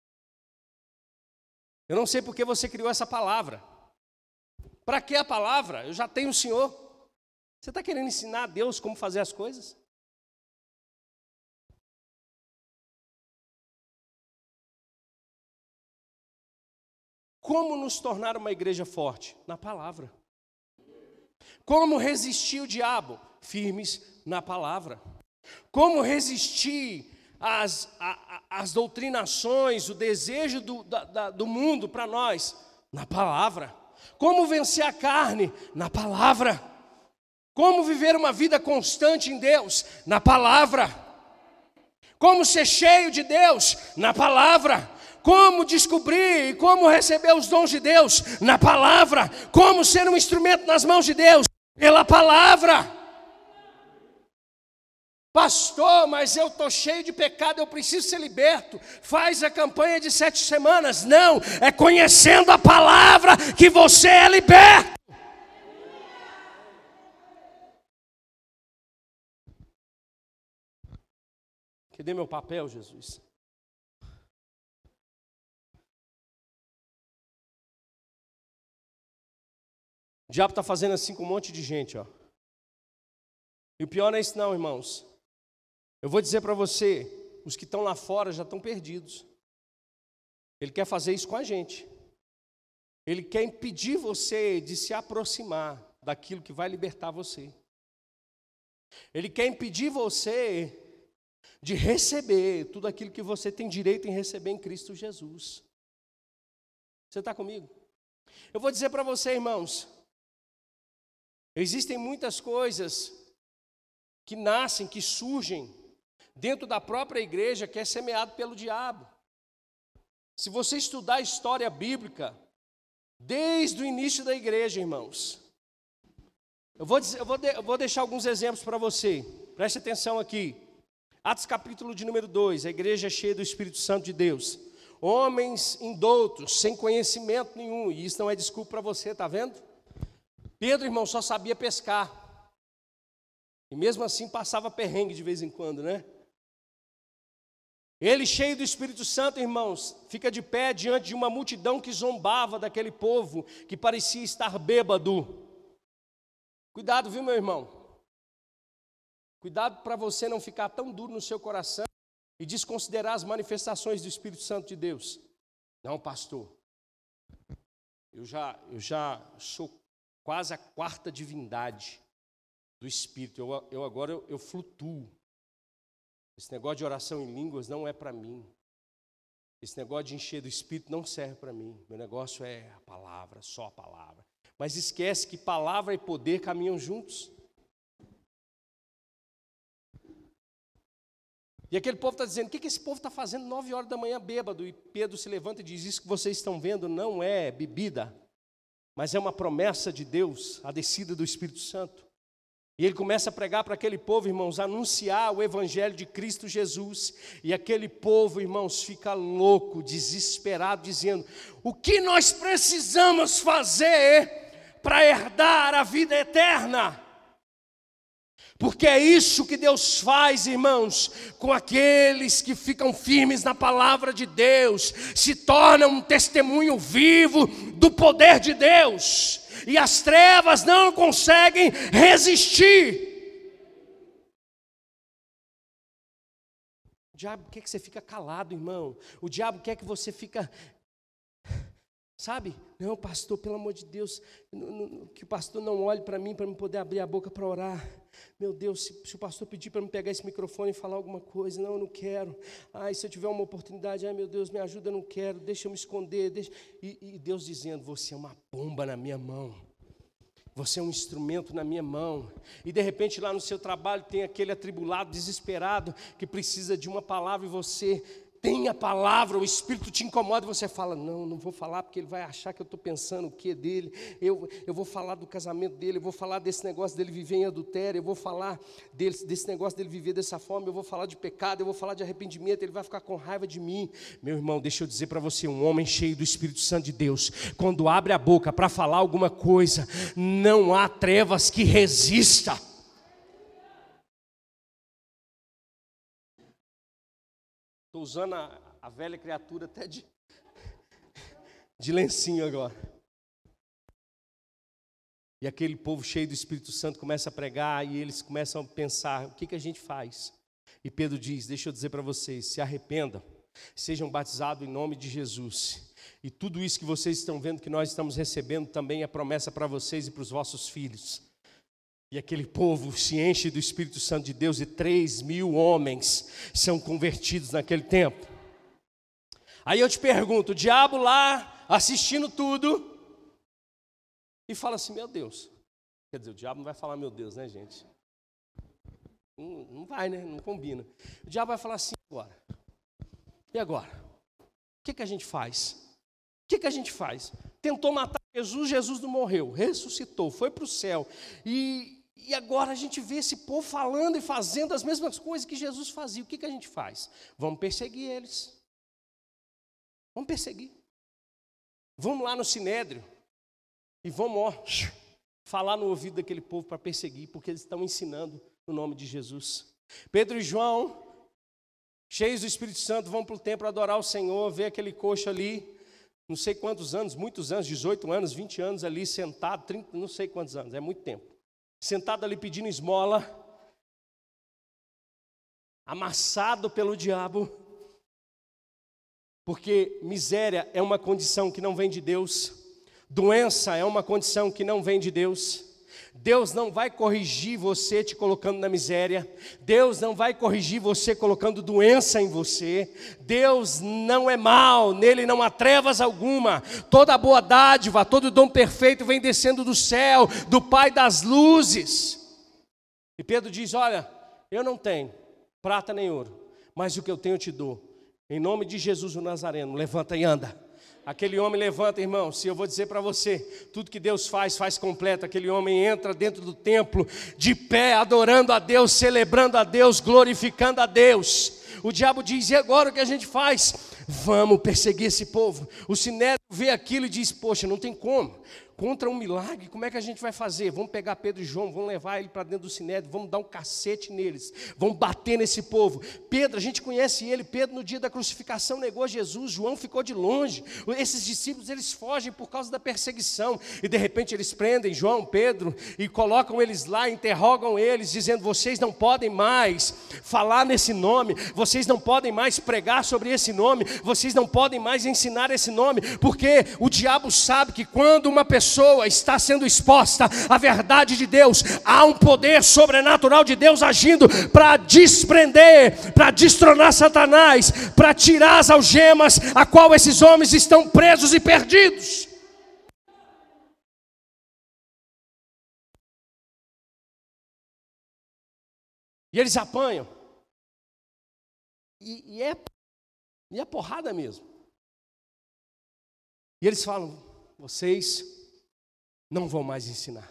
S1: Eu não sei porque você criou essa palavra. Para que a palavra? Eu já tenho o Senhor. Você está querendo ensinar a Deus como fazer as coisas? Como nos tornar uma igreja forte? Na palavra. Como resistir o diabo? Firmes na palavra. Como resistir As, a, as doutrinações, o desejo do, da, do mundo para nós? Na palavra. Como vencer a carne? Na palavra. Como viver uma vida constante em Deus? Na palavra. Como ser cheio de Deus? Na palavra. Como descobrir e como receber os dons de Deus? Na palavra. Como ser um instrumento nas mãos de Deus? Pela palavra. Pastor, mas eu estou cheio de pecado, eu preciso ser liberto. Faz a campanha de sete semanas. Não, é conhecendo a palavra que você é liberto. Cadê meu papel, Jesus? O diabo está fazendo assim com um monte de gente, ó. E o pior não é isso não, irmãos. Eu vou dizer para você, os que estão lá fora já estão perdidos. Ele quer fazer isso com a gente. Ele quer impedir você de se aproximar daquilo que vai libertar você. Ele quer impedir você de receber tudo aquilo que você tem direito em receber em Cristo Jesus. Você está comigo? Eu vou dizer para você, irmãos, existem muitas coisas que nascem, que surgem dentro da própria igreja, que é semeado pelo diabo. Se você estudar a história bíblica, desde o início da igreja, irmãos, eu vou, dizer, eu vou, de, eu vou deixar alguns exemplos para você, preste atenção aqui. Atos capítulo de número dois, a igreja é cheia do Espírito Santo de Deus. Homens indoutos, sem conhecimento nenhum, e isso não é desculpa para você, está vendo? Pedro, irmão, só sabia pescar. E mesmo assim passava perrengue de vez em quando, né? Ele, cheio do Espírito Santo, irmãos, fica de pé diante de uma multidão que zombava daquele povo que parecia estar bêbado. Cuidado, viu, meu irmão? Cuidado para você não ficar tão duro no seu coração e desconsiderar as manifestações do Espírito Santo de Deus. Não, pastor, eu já, eu já sou quase a quarta divindade do Espírito. Eu, eu agora eu, eu flutuo. Esse negócio de oração em línguas não é para mim. Esse negócio de encher do Espírito não serve para mim. Meu negócio é a palavra, só a palavra. Mas esquece que palavra e poder caminham juntos. E aquele povo está dizendo, o que, que esse povo está fazendo nove horas da manhã bêbado? E Pedro se levanta e diz, isso que vocês estão vendo não é bebida, mas é uma promessa de Deus, a descida do Espírito Santo. E ele começa a pregar para aquele povo, irmãos, anunciar o evangelho de Cristo Jesus. E aquele povo, irmãos, fica louco, desesperado, dizendo, o que nós precisamos fazer para herdar a vida eterna? Porque é isso que Deus faz, irmãos, com aqueles que ficam firmes na palavra de Deus, se tornam um testemunho vivo do poder de Deus. E as trevas não conseguem resistir. O diabo quer que você fique calado, irmão. O diabo quer que você fique, sabe? Não, pastor, pelo amor de Deus, que o pastor não olhe para mim para me poder abrir a boca para orar. Meu Deus, se, se o pastor pedir para me pegar esse microfone e falar alguma coisa, não, eu não quero. Ai, se eu tiver uma oportunidade, ai meu Deus, me ajuda, eu não quero, deixa eu me esconder. Deixa... E, e Deus dizendo, você é uma bomba na minha mão. Você é um instrumento na minha mão. E de repente lá no seu trabalho tem aquele atribulado, desesperado, que precisa de uma palavra e você tem a palavra, o Espírito te incomoda e você fala, não, não vou falar porque ele vai achar que eu estou pensando o que dele, eu, eu vou falar do casamento dele, eu vou falar desse negócio dele viver em adultério, eu vou falar dele, desse negócio dele viver dessa forma, eu vou falar de pecado, eu vou falar de arrependimento, ele vai ficar com raiva de mim. Meu irmão, deixa eu dizer para você, um homem cheio do Espírito Santo de Deus, quando abre a boca para falar alguma coisa, não há trevas que resista. Estou usando a, a velha criatura até de, de lencinho agora. E aquele povo cheio do Espírito Santo começa a pregar e eles começam a pensar, o que, que a gente faz? E Pedro diz, deixa eu dizer para vocês, se arrependam, sejam batizados em nome de Jesus. E tudo isso que vocês estão vendo que nós estamos recebendo também é promessa para vocês e para os vossos filhos. E aquele povo se enche do Espírito Santo de Deus e três mil homens são convertidos naquele tempo. Aí eu te pergunto, o diabo lá assistindo tudo e fala assim, meu Deus. Quer dizer, o diabo não vai falar meu Deus, né, gente? Não, não vai, né? Não combina. O diabo vai falar assim agora. E agora? O que, que a gente faz? O que, que a gente faz? Tentou matar Jesus, Jesus não morreu, ressuscitou, foi para o céu. E... E agora a gente vê esse povo falando e fazendo as mesmas coisas que Jesus fazia. O que, que a gente faz? Vamos perseguir eles. Vamos perseguir. Vamos lá no Sinédrio e vamos, ó, falar no ouvido daquele povo para perseguir, porque eles estão ensinando o nome de Jesus. Pedro e João, cheios do Espírito Santo, vão para o templo adorar o Senhor, ver aquele coxo ali, não sei quantos anos, muitos anos, dezoito anos, vinte anos ali, sentado, trinta, não sei quantos anos, é muito tempo. Sentado ali pedindo esmola, amassado pelo diabo, porque miséria é uma condição que não vem de Deus, doença é uma condição que não vem de Deus. Deus não vai corrigir você te colocando na miséria. Deus não vai corrigir você colocando doença em você. Deus não é mau, nele não há trevas alguma. Toda boa dádiva, todo dom perfeito vem descendo do céu, do Pai das luzes. E Pedro diz, olha, eu não tenho prata nem ouro, mas o que eu tenho eu te dou. Em nome de Jesus o Nazareno, levanta e anda. Aquele homem levanta, irmão, se eu vou dizer para você, tudo que Deus faz, faz completo. Aquele homem entra dentro do templo, de pé, adorando a Deus, celebrando a Deus, glorificando a Deus. O diabo diz, e agora o que a gente faz? Vamos perseguir esse povo. O Sinédrio vê aquilo e diz, poxa, não tem como. Contra um milagre, como é que a gente vai fazer? Vamos pegar Pedro e João, vamos levar ele para dentro do Sinédrio, vamos dar um cacete neles, vamos bater nesse povo. Pedro, a gente conhece ele, Pedro no dia da crucificação negou Jesus, João ficou de longe. Esses discípulos, eles fogem por causa da perseguição, e de repente eles prendem João, Pedro, e colocam eles lá, interrogam eles, dizendo, vocês não podem mais falar nesse nome, vocês não podem mais pregar sobre esse nome, vocês não podem mais ensinar esse nome, porque o diabo sabe que quando uma pessoa pessoa está sendo exposta à verdade de Deus, há um poder sobrenatural de Deus agindo para desprender, para destronar Satanás, para tirar as algemas a qual esses homens estão presos e perdidos. E eles apanham. E, e, é, e é porrada mesmo. E eles falam, vocês não vão mais ensinar.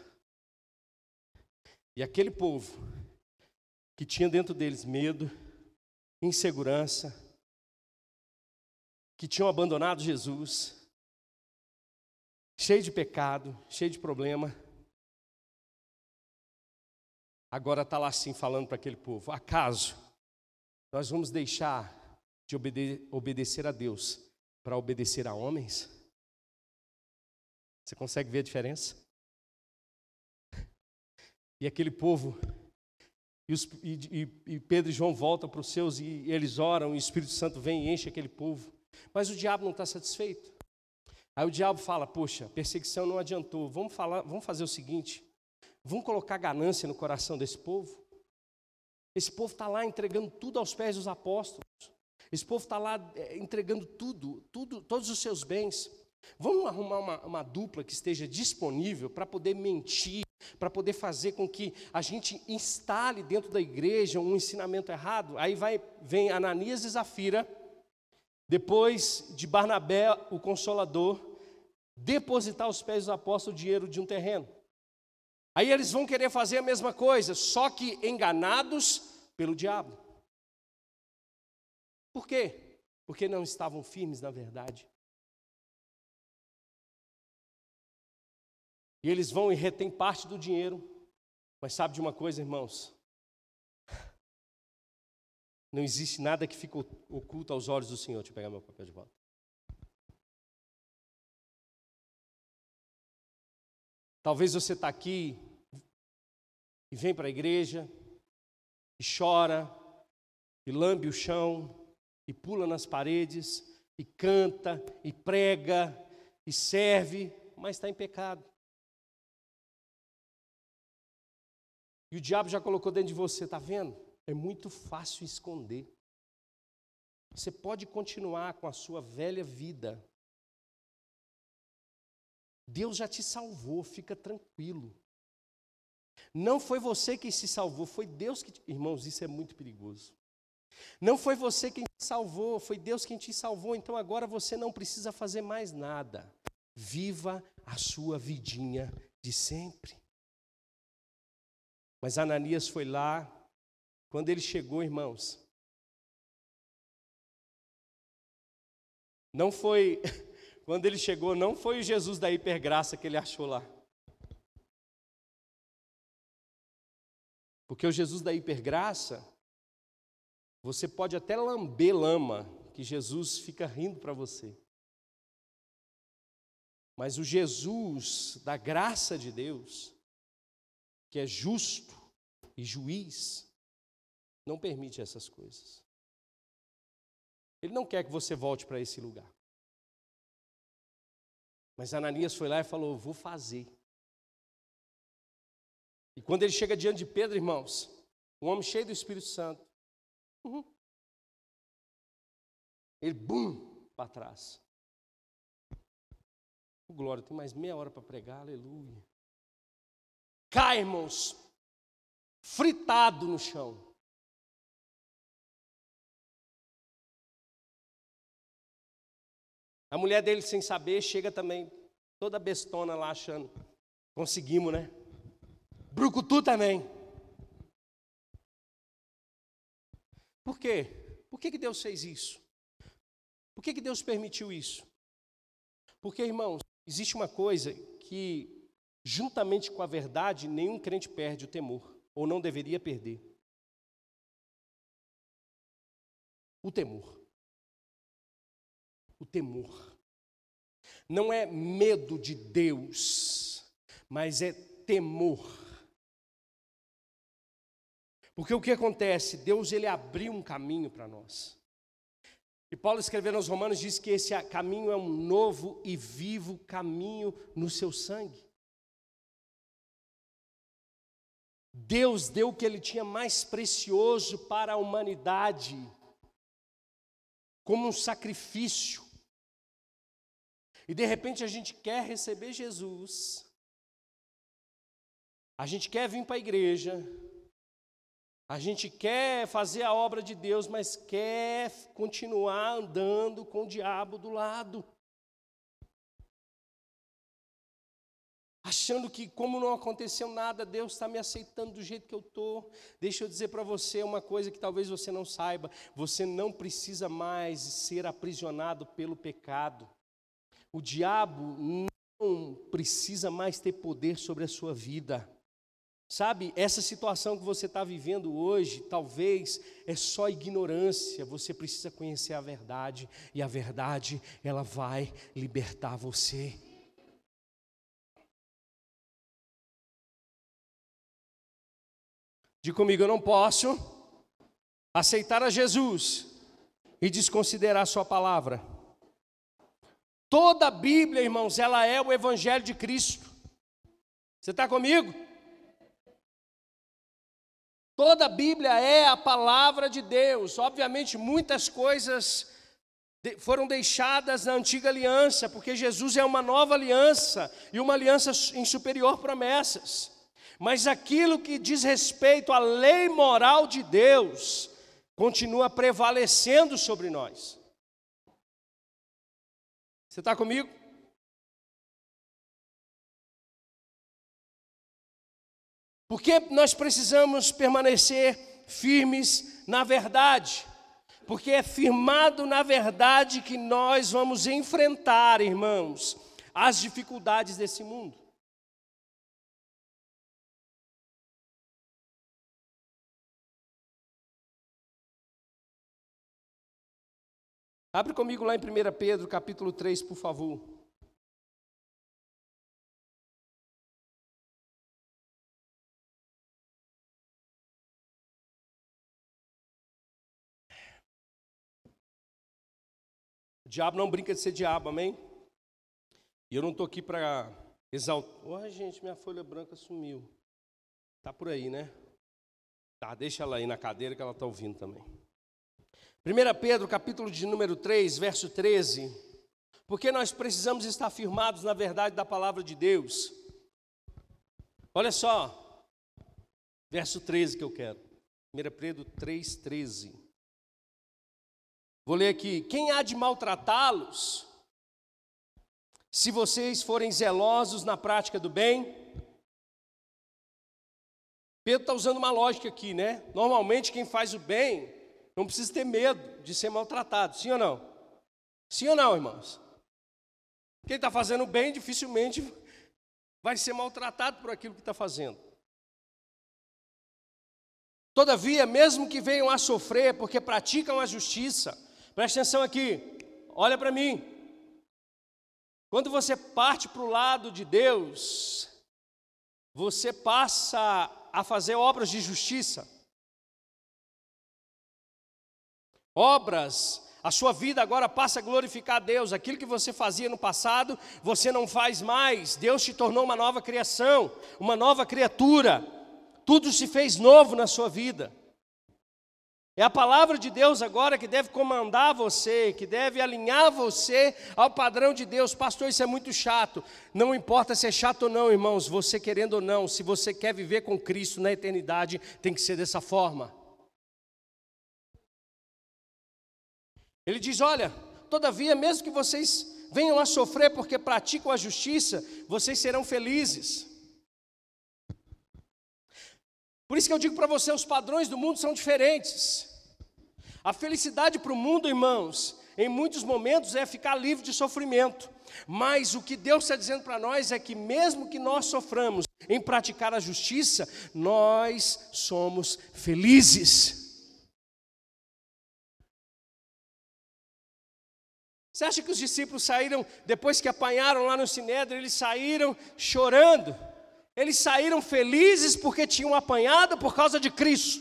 S1: E aquele povo que tinha dentro deles medo, insegurança, que tinham abandonado Jesus, cheio de pecado, cheio de problema, agora está lá assim falando para aquele povo, acaso nós vamos deixar de obede- obedecer a Deus para obedecer a homens? Você consegue ver a diferença? E aquele povo, e, os, e, e, e Pedro e João voltam para os seus, e eles oram, e o Espírito Santo vem e enche aquele povo. Mas o diabo não está satisfeito. Aí o diabo fala, poxa, perseguição não adiantou, vamos, falar, vamos fazer o seguinte, vamos colocar ganância no coração desse povo. Esse povo está lá entregando tudo aos pés dos apóstolos. Esse povo está lá é, entregando tudo, tudo, todos os seus bens. Vamos arrumar uma, uma dupla que esteja disponível para poder mentir, para poder fazer com que a gente instale dentro da igreja um ensinamento errado. Aí vai, vem Ananias e Zafira, depois de Barnabé, o Consolador, depositar aos pés dos apóstolos o dinheiro de um terreno. Aí eles vão querer fazer a mesma coisa, só que enganados pelo diabo. Por quê? Porque não estavam firmes na verdade. E eles vão e retêm parte do dinheiro. Mas sabe de uma coisa, irmãos? Não existe nada que fique oculto aos olhos do Senhor. Deixa eu pegar meu papel de volta. Talvez você está aqui e vem para a igreja e chora e lambe o chão e pula nas paredes e canta e prega e serve, mas está em pecado. E o diabo já colocou dentro de você, está vendo? É muito fácil esconder. Você pode continuar com a sua velha vida. Deus já te salvou, fica tranquilo. Não foi você quem se salvou, foi Deus que... Te... Irmãos, isso é muito perigoso. Não foi você quem te salvou, foi Deus quem te salvou. Então agora você não precisa fazer mais nada. Viva a sua vidinha de sempre. Mas Ananias foi lá, quando ele chegou, irmãos, não foi, quando ele chegou, não foi o Jesus da hipergraça que ele achou lá. Porque o Jesus da hipergraça, você pode até lamber lama, que Jesus fica rindo para você. Mas o Jesus da graça de Deus, que é justo e juiz, não permite essas coisas. Ele não quer que você volte para esse lugar. Mas Ananias foi lá e falou, vou fazer. E quando ele chega diante de Pedro, irmãos, um homem cheio do Espírito Santo, uhum, ele, bum, para trás. Glória, tem mais meia hora para pregar, aleluia. Cai, irmãos, fritado no chão. A mulher dele, sem saber, chega também, toda bestona lá, achando, conseguimos, né? Brucutu também. Por quê? Por que que Deus fez isso? Por que que Deus permitiu isso? Porque, irmãos, existe uma coisa que, juntamente com a verdade, nenhum crente perde o temor, ou não deveria perder. O temor. O temor. Não é medo de Deus, mas é temor. Porque o que acontece? Deus, ele abriu um caminho para nós. E Paulo, escrevendo aos Romanos, diz que esse caminho é um novo e vivo caminho no seu sangue. Deus deu o que ele tinha mais precioso para a humanidade, como um sacrifício. E de repente a gente quer receber Jesus, a gente quer vir para a igreja, a gente quer fazer a obra de Deus, mas quer continuar andando com o diabo do lado. Achando que, como não aconteceu nada, Deus está me aceitando do jeito que eu estou. Deixa eu dizer para você uma coisa que talvez você não saiba. Você não precisa mais ser aprisionado pelo pecado. O diabo não precisa mais ter poder sobre a sua vida. Sabe, essa situação que você está vivendo hoje, talvez é só ignorância. Você precisa conhecer a verdade. E a verdade, ela vai libertar você. Diga comigo, eu não posso aceitar a Jesus e desconsiderar a sua palavra. Toda a Bíblia, irmãos, ela é o Evangelho de Cristo. Você está comigo? Toda a Bíblia é a palavra de Deus. Obviamente, muitas coisas foram deixadas na antiga aliança, porque Jesus é uma nova aliança e uma aliança em superior promessas. Mas aquilo que diz respeito à lei moral de Deus continua prevalecendo sobre nós. Você está comigo? Porque nós precisamos permanecer firmes na verdade. Porque é firmado na verdade que nós vamos enfrentar, irmãos, as dificuldades desse mundo. Abre comigo lá em primeira Pedro, capítulo três, por favor. O diabo não brinca de ser diabo, amém? E eu não estou aqui para exaltar. Ai, gente, minha folha branca sumiu. Está por aí, né? Tá, deixa ela aí na cadeira que ela está ouvindo também. primeira Pedro, capítulo de número três, verso treze. Porque nós precisamos estar firmados na verdade da palavra de Deus. Olha só, verso treze que eu quero. primeira Pedro três, treze. Vou ler aqui. Quem há de maltratá-los, se vocês forem zelosos na prática do bem? Pedro está usando uma lógica aqui, né? Normalmente quem faz o bem não precisa ter medo de ser maltratado, sim ou não? Sim ou não, irmãos? Quem está fazendo o bem dificilmente vai ser maltratado por aquilo que está fazendo. Todavia, mesmo que venham a sofrer porque praticam a justiça, preste atenção aqui, olha para mim. Quando você parte para o lado de Deus, você passa a fazer obras de justiça. Obras, a sua vida agora passa a glorificar a Deus. Aquilo que você fazia no passado, você não faz mais. Deus te tornou uma nova criação, uma nova criatura. Tudo se fez novo na sua vida. É a palavra de Deus agora que deve comandar você, que deve alinhar você ao padrão de Deus. Pastor, isso é muito chato. Não importa se é chato ou não, irmãos, você querendo ou não, se você quer viver com Cristo na eternidade, tem que ser dessa forma. Ele diz, olha, todavia, mesmo que vocês venham a sofrer porque praticam a justiça, vocês serão felizes. Por isso que eu digo para você, os padrões do mundo são diferentes. A felicidade para o mundo, irmãos, em muitos momentos é ficar livre de sofrimento. Mas o que Deus está dizendo para nós é que mesmo que nós soframos em praticar a justiça, nós somos felizes. Você acha que os discípulos saíram, depois que apanharam lá no Sinédrio, eles saíram chorando? Eles saíram felizes porque tinham apanhado por causa de Cristo.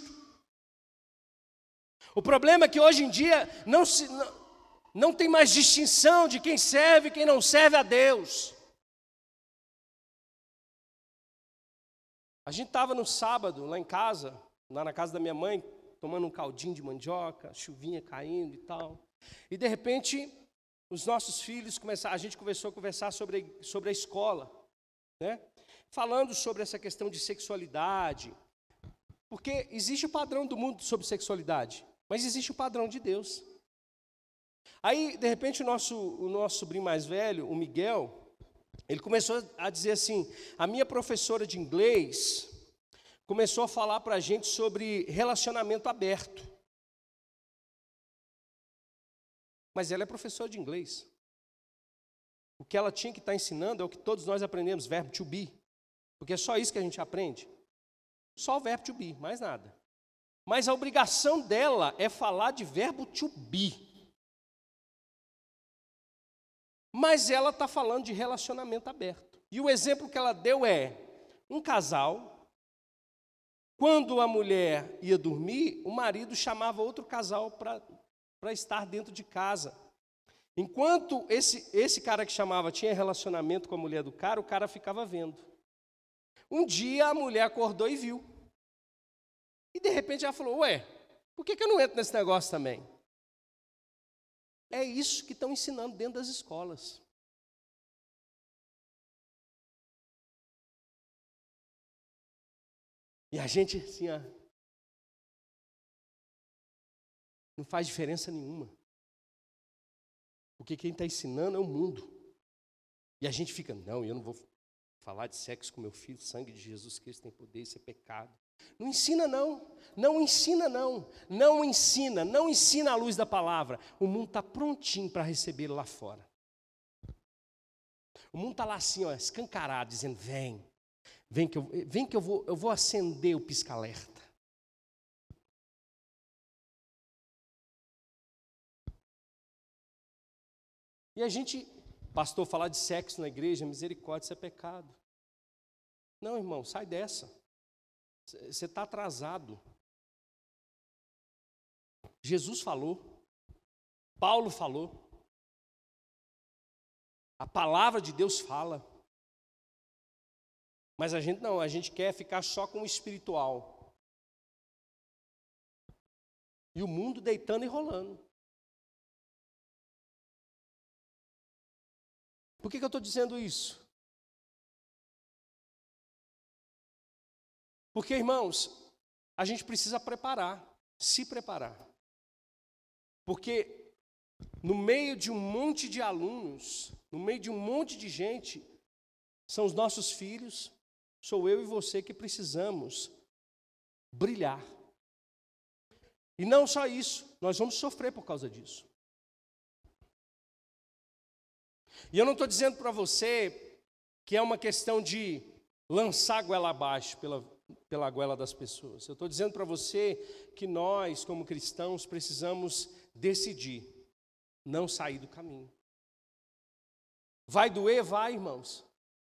S1: O problema é que hoje em dia não, se, não, não tem mais distinção de quem serve e quem não serve a Deus. A gente estava no sábado lá em casa, lá na casa da minha mãe, tomando um caldinho de mandioca, chuvinha caindo e tal. E de repente, os nossos filhos começaram, a gente começou a conversar sobre, sobre a escola, né? Falando sobre essa questão de sexualidade, porque existe o padrão do mundo sobre sexualidade, mas existe o padrão de Deus. Aí, de repente, o nosso, o nosso sobrinho mais velho, o Miguel, ele começou a dizer assim, a minha professora de inglês começou a falar para a gente sobre relacionamento aberto. Mas ela é professora de inglês. O que ela tinha que estar ensinando é o que todos nós aprendemos, verbo to be. Porque é só isso que a gente aprende. Só o verbo to be, mais nada. Mas a obrigação dela é falar de verbo to be. Mas ela está falando de relacionamento aberto. E o exemplo que ela deu é um casal, quando a mulher ia dormir, o marido chamava outro casal para para estar dentro de casa. Enquanto esse, esse cara que chamava tinha relacionamento com a mulher do cara, o cara ficava vendo. Um dia a mulher acordou e viu. E de repente ela falou, ué, por que, que eu não entro nesse negócio também? É isso que estão ensinando dentro das escolas. E a gente assim, ó, não faz diferença nenhuma. Porque quem está ensinando é o mundo. E a gente fica, não, eu não vou falar de sexo com meu filho, sangue de Jesus Cristo tem poder, isso é pecado. Não ensina não, não ensina não, não ensina, não ensina à luz da palavra. O mundo está prontinho para recebê-lo lá fora. O mundo está lá assim, ó, escancarado, dizendo, vem, vem que eu, vem que eu, vou, eu vou acender o pisca-alerta. E a gente, pastor, falar de sexo na igreja, misericórdia, isso é pecado. Não, irmão, sai dessa. Você está atrasado. Jesus falou, Paulo falou, a palavra de Deus fala. Mas a gente não, a gente quer ficar só com o espiritual. E o mundo deitando e rolando. Por que que eu estou dizendo isso? Porque, irmãos, a gente precisa preparar, se preparar. Porque no meio de um monte de alunos, no meio de um monte de gente, são os nossos filhos, sou eu e você que precisamos brilhar. E não só isso, nós vamos sofrer por causa disso. E eu não estou dizendo para você que é uma questão de lançar a goela abaixo pela, pela goela das pessoas. Eu estou dizendo para você que nós, como cristãos, precisamos decidir não sair do caminho. Vai doer? Vai, irmãos.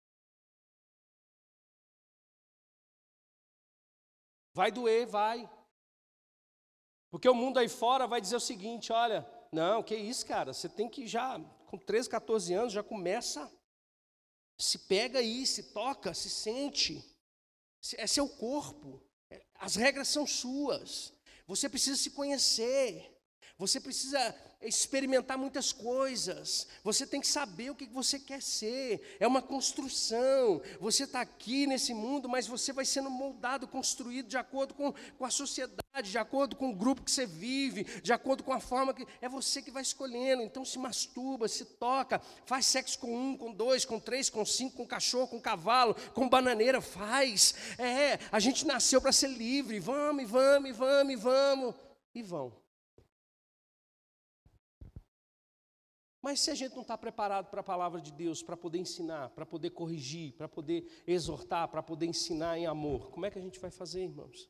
S1: Vai doer, vai. Porque o mundo aí fora vai dizer o seguinte, olha, não, que isso, cara, você tem que já, com treze, quatorze anos, já começa, se pega aí, se toca, se sente, é seu corpo, as regras são suas, você precisa se conhecer, você precisa experimentar muitas coisas, você tem que saber o que você quer ser, é uma construção, você está aqui nesse mundo, mas você vai sendo moldado, construído de acordo com, com a sociedade, de acordo com o grupo que você vive, de acordo com a forma que, é você que vai escolhendo, então se masturba, se toca, faz sexo com um, com dois, com três, com cinco, com cachorro, com cavalo, com bananeira, faz, é, a gente nasceu para ser livre, vamos, vamos, vamos, vamos, e vão. Mas se a gente não está preparado para a palavra de Deus, para poder ensinar, para poder corrigir, para poder exortar, para poder ensinar em amor, como é que a gente vai fazer, irmãos?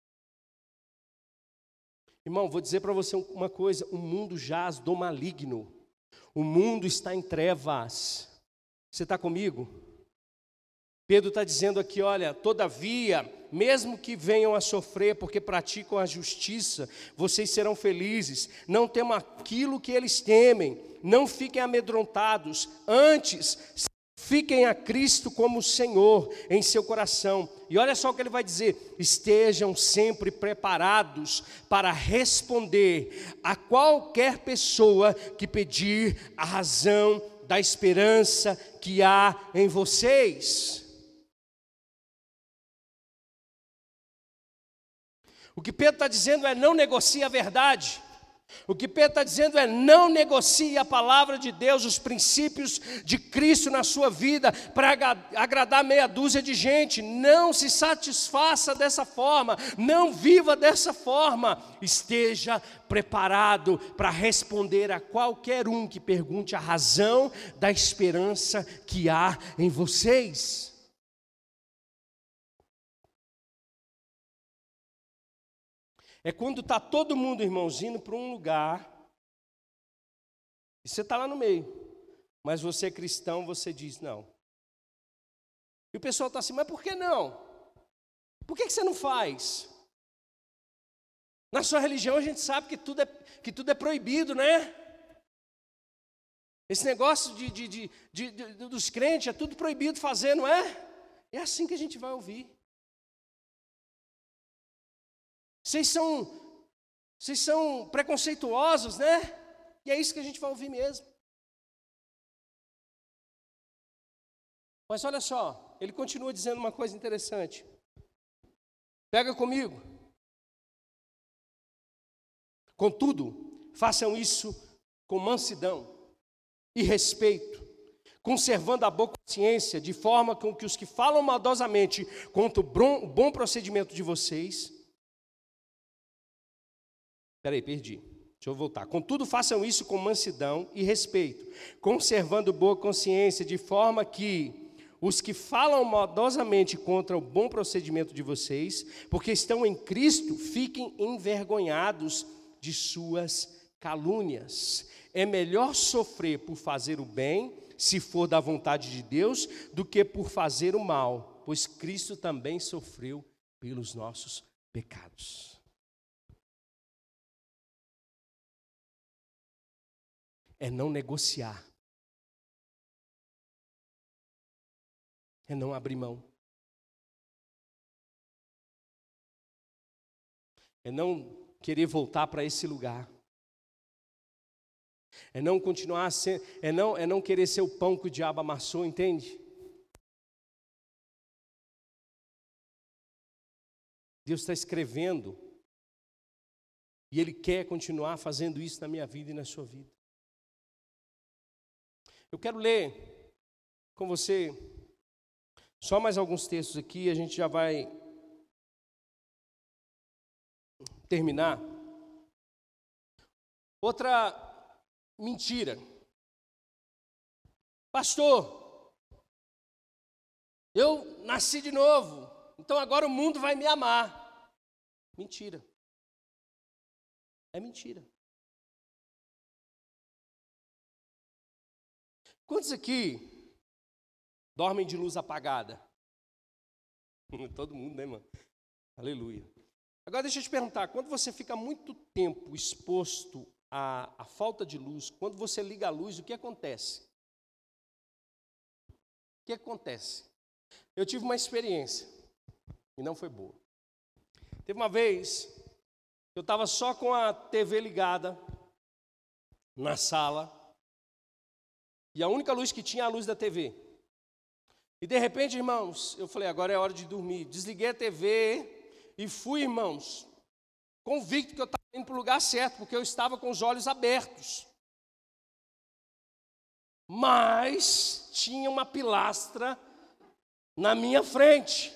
S1: Irmão, vou dizer para você uma coisa, o mundo jaz do maligno, o mundo está em trevas, você está comigo? Pedro está dizendo aqui, olha, todavia, mesmo que venham a sofrer porque praticam a justiça, vocês serão felizes, não temam aquilo que eles temem, não fiquem amedrontados, antes fiquem a Cristo como Senhor em seu coração. E olha só o que ele vai dizer, estejam sempre preparados para responder a qualquer pessoa que pedir a razão da esperança que há em vocês. O que Pedro está dizendo é não negocie a verdade. O que Pedro está dizendo é não negocie a palavra de Deus, os princípios de Cristo na sua vida para agradar meia dúzia de gente. Não se satisfaça dessa forma, não viva dessa forma. Esteja preparado para responder a qualquer um que pergunte a razão da esperança que há em vocês. É quando está todo mundo, irmãos, indo para um lugar, e você está lá no meio, mas você é cristão, você diz não. E o pessoal está assim, mas por que não? Por que, que você não faz? Na sua religião a gente sabe que tudo é, que tudo é proibido, né? Esse negócio de, de, de, de, de, dos crentes é tudo proibido fazer, não é? É assim que a gente vai ouvir. Vocês são, vocês são preconceituosos, né? E é isso que a gente vai ouvir mesmo. Mas olha só, ele continua dizendo uma coisa interessante. Pega comigo. Contudo, façam isso com mansidão e respeito, conservando a boa consciência, de forma com que os que falam maldosamente contra o bom procedimento de vocês... Peraí, perdi. Deixa eu voltar. Contudo, façam isso com mansidão e respeito, conservando boa consciência, de forma que os que falam maldosamente contra o bom procedimento de vocês, porque estão em Cristo, fiquem envergonhados de suas calúnias. É melhor sofrer por fazer o bem, se for da vontade de Deus, do que por fazer o mal, pois Cristo também sofreu pelos nossos pecados. É não negociar. É não abrir mão. É não querer voltar para esse lugar. É não continuar a ser, é não, é não querer ser o pão que o diabo amassou, entende? Deus está escrevendo e Ele quer continuar fazendo isso na minha vida e na sua vida. Eu quero ler com você só mais alguns textos aqui, a gente já vai terminar, outra mentira. Pastor, eu nasci de novo, então agora o mundo vai me amar. Mentira. É mentira. Quantos aqui dormem de luz apagada? Todo mundo, né, mano? Aleluia. Agora deixa eu te perguntar, quando você fica muito tempo exposto à, à falta de luz, quando você liga a luz, o que acontece? O que acontece? Eu tive uma experiência, e não foi boa. Teve uma vez, eu estava só com a T V ligada, na sala, e a única luz que tinha é a luz da T V. E de repente, irmãos, eu falei, agora é hora de dormir. Desliguei a T V e fui, irmãos, convicto que eu estava indo para o lugar certo, porque eu estava com os olhos abertos. Mas tinha uma pilastra na minha frente.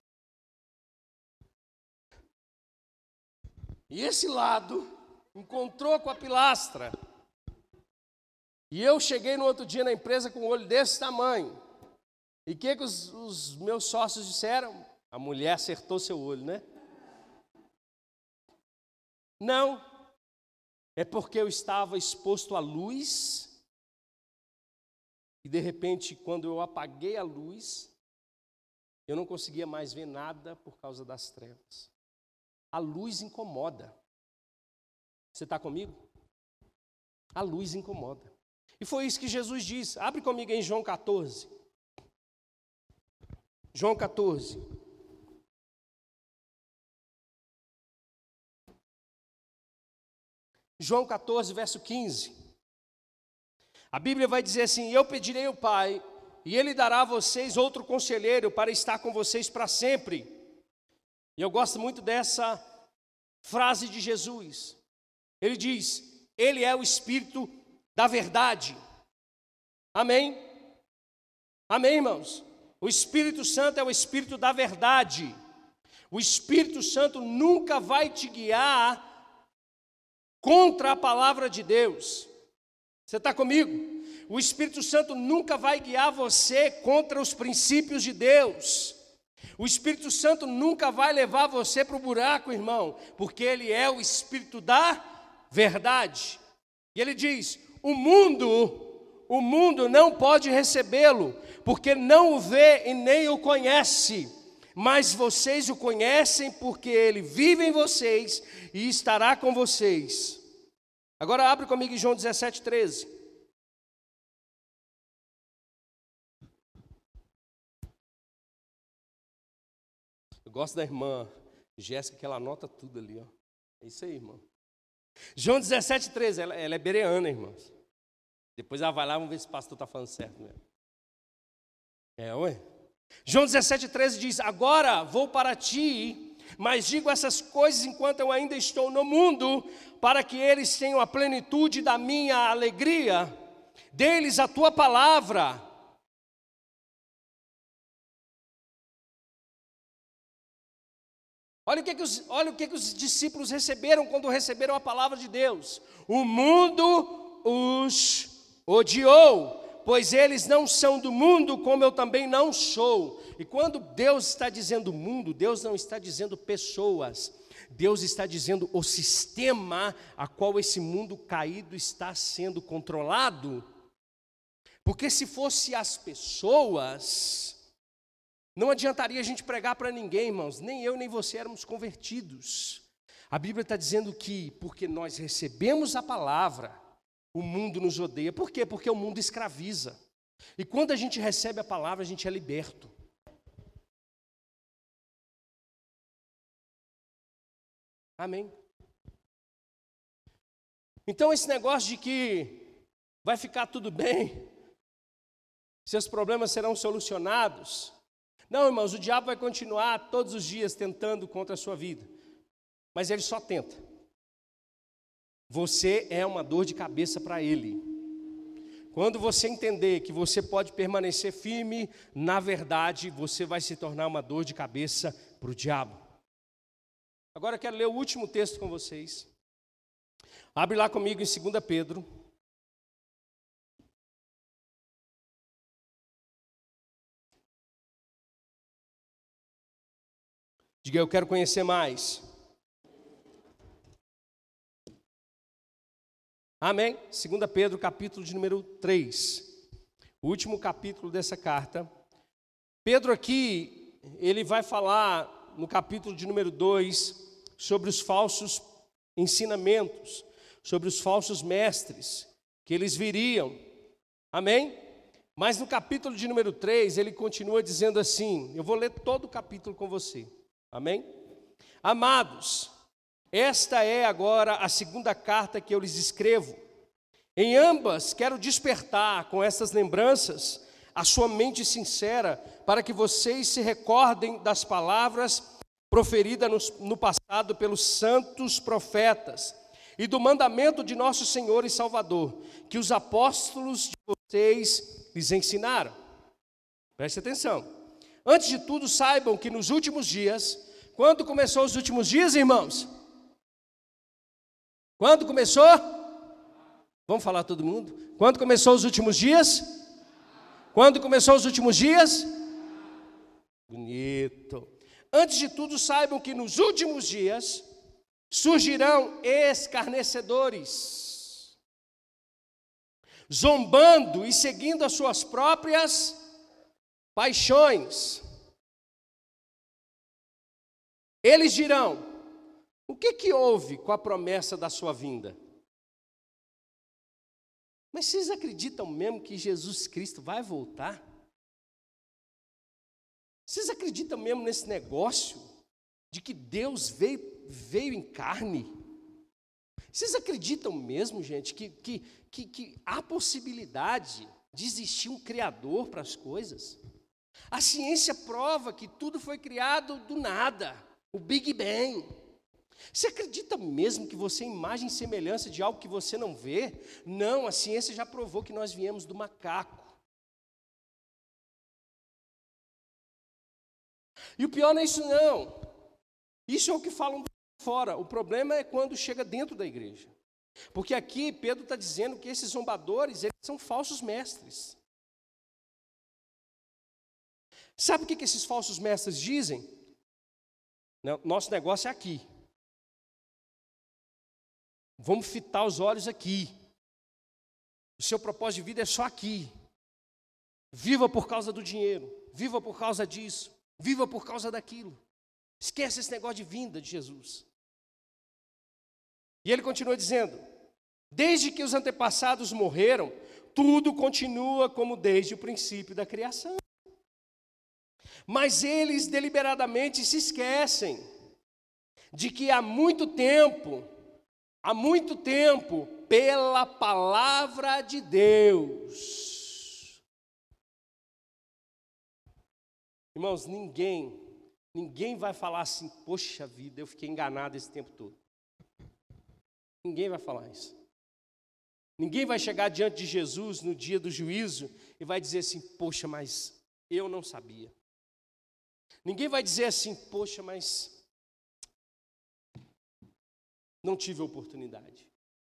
S1: E esse lado encontrou com a pilastra. E eu cheguei no outro dia na empresa com um olho desse tamanho. E o que, que os, os meus sócios disseram? A mulher acertou seu olho, né? Não. É porque eu estava exposto à luz. E de repente, quando eu apaguei a luz, eu não conseguia mais ver nada por causa das trevas. A luz incomoda. Você está comigo? A luz incomoda. E foi isso que Jesus disse. Abre comigo em João quatorze. João quatorze. João quatorze, verso quinze. A Bíblia vai dizer assim: eu pedirei ao Pai, e Ele dará a vocês outro conselheiro para estar com vocês para sempre. E eu gosto muito dessa frase de Jesus. Ele diz, Ele é o Espírito da verdade. Amém? Amém, irmãos? O Espírito Santo é o Espírito da verdade. O Espírito Santo nunca vai te guiar contra a palavra de Deus. Você está comigo? O Espírito Santo nunca vai guiar você contra os princípios de Deus. O Espírito Santo nunca vai levar você para o buraco, irmão, porque Ele é o Espírito da verdade. E Ele diz, o mundo, o mundo não pode recebê-lo, porque não o vê e nem o conhece, mas vocês o conhecem porque Ele vive em vocês e estará com vocês. Agora abre comigo em João dezessete, treze. Eu gosto da irmã Jéssica, que ela anota tudo ali, ó. É isso aí, irmão. João dezessete, treze, ela, ela é bereana, irmãos. Depois ela vai lá, vamos ver se o pastor está falando certo mesmo. É, ué? João dezessete, treze diz, agora vou para ti, mas digo essas coisas enquanto eu ainda estou no mundo, para que eles tenham a plenitude da minha alegria. Deles a tua palavra. Olha o que, que, os, olha o que, que os discípulos receberam quando receberam a palavra de Deus. O mundo os odiou, pois eles não são do mundo, como eu também não sou. E quando Deus está dizendo mundo, Deus não está dizendo pessoas. Deus está dizendo o sistema a qual esse mundo caído está sendo controlado. Porque se fosse as pessoas, não adiantaria a gente pregar para ninguém, irmãos. Nem eu nem você éramos convertidos. A Bíblia está dizendo que porque nós recebemos a palavra, o mundo nos odeia. Por quê? Porque o mundo escraviza. E quando a gente recebe a palavra, a gente é liberto. Amém? Então esse negócio de que vai ficar tudo bem, seus problemas serão solucionados. Não, irmãos, o diabo vai continuar todos os dias tentando contra a sua vida. Mas ele só tenta. Você é uma dor de cabeça para ele. Quando você entender que você pode permanecer firme na verdade, você vai se tornar uma dor de cabeça para o diabo. Agora eu quero ler o último texto com vocês. Abre lá comigo em segunda Pedro. Diga, eu quero conhecer mais. Amém? segunda Pedro, capítulo de número três. O último capítulo dessa carta. Pedro aqui, ele vai falar no capítulo de número dois sobre os falsos ensinamentos, sobre os falsos mestres, que eles viriam. Amém? Mas no capítulo de número três, ele continua dizendo assim, eu vou ler todo o capítulo com você. Amém? Amados, esta é agora a segunda carta que eu lhes escrevo. Em ambas, quero despertar com essas lembranças a sua mente sincera, para que vocês se recordem das palavras proferidas no, no passado pelos santos profetas, e do mandamento de nosso Senhor e Salvador, que os apóstolos de vocês lhes ensinaram. Preste atenção. Antes de tudo, saibam que nos últimos dias, quando começou os últimos dias, irmãos? Quando começou? Vamos falar todo mundo? Quando começou os últimos dias? Quando começou os últimos dias? Bonito. Antes de tudo, saibam que nos últimos dias surgirão escarnecedores, zombando e seguindo as suas próprias paixões. Eles dirão: o que que houve com a promessa da sua vinda? Mas vocês acreditam mesmo que Jesus Cristo vai voltar? Vocês acreditam mesmo nesse negócio de que Deus veio, veio em carne? Vocês acreditam mesmo, gente, que, que, que, que há possibilidade de existir um Criador para as coisas? A ciência prova que tudo foi criado do nada, o Big Bang. Você acredita mesmo que você é imagem e semelhança de algo que você não vê? Não, a ciência já provou que nós viemos do macaco. E o pior não é isso não. Isso é o que falam fora. O problema é quando chega dentro da igreja. Porque aqui Pedro está dizendo que esses zombadores, eles são falsos mestres. Sabe o que, que esses falsos mestres dizem? Nosso negócio é aqui. Vamos fitar os olhos aqui. O seu propósito de vida é só aqui. Viva por causa do dinheiro. Viva por causa disso. Viva por causa daquilo. Esquece esse negócio de vinda de Jesus. E ele continua dizendo: desde que os antepassados morreram, tudo continua como desde o princípio da criação. Mas eles deliberadamente se esquecem de que há muito tempo, há muito tempo, pela palavra de Deus. Irmãos, ninguém, ninguém vai falar assim: poxa vida, eu fiquei enganado esse tempo todo. Ninguém vai falar isso. Ninguém vai chegar diante de Jesus no dia do juízo e vai dizer assim: poxa, mas eu não sabia. Ninguém vai dizer assim: poxa, mas não tive a oportunidade.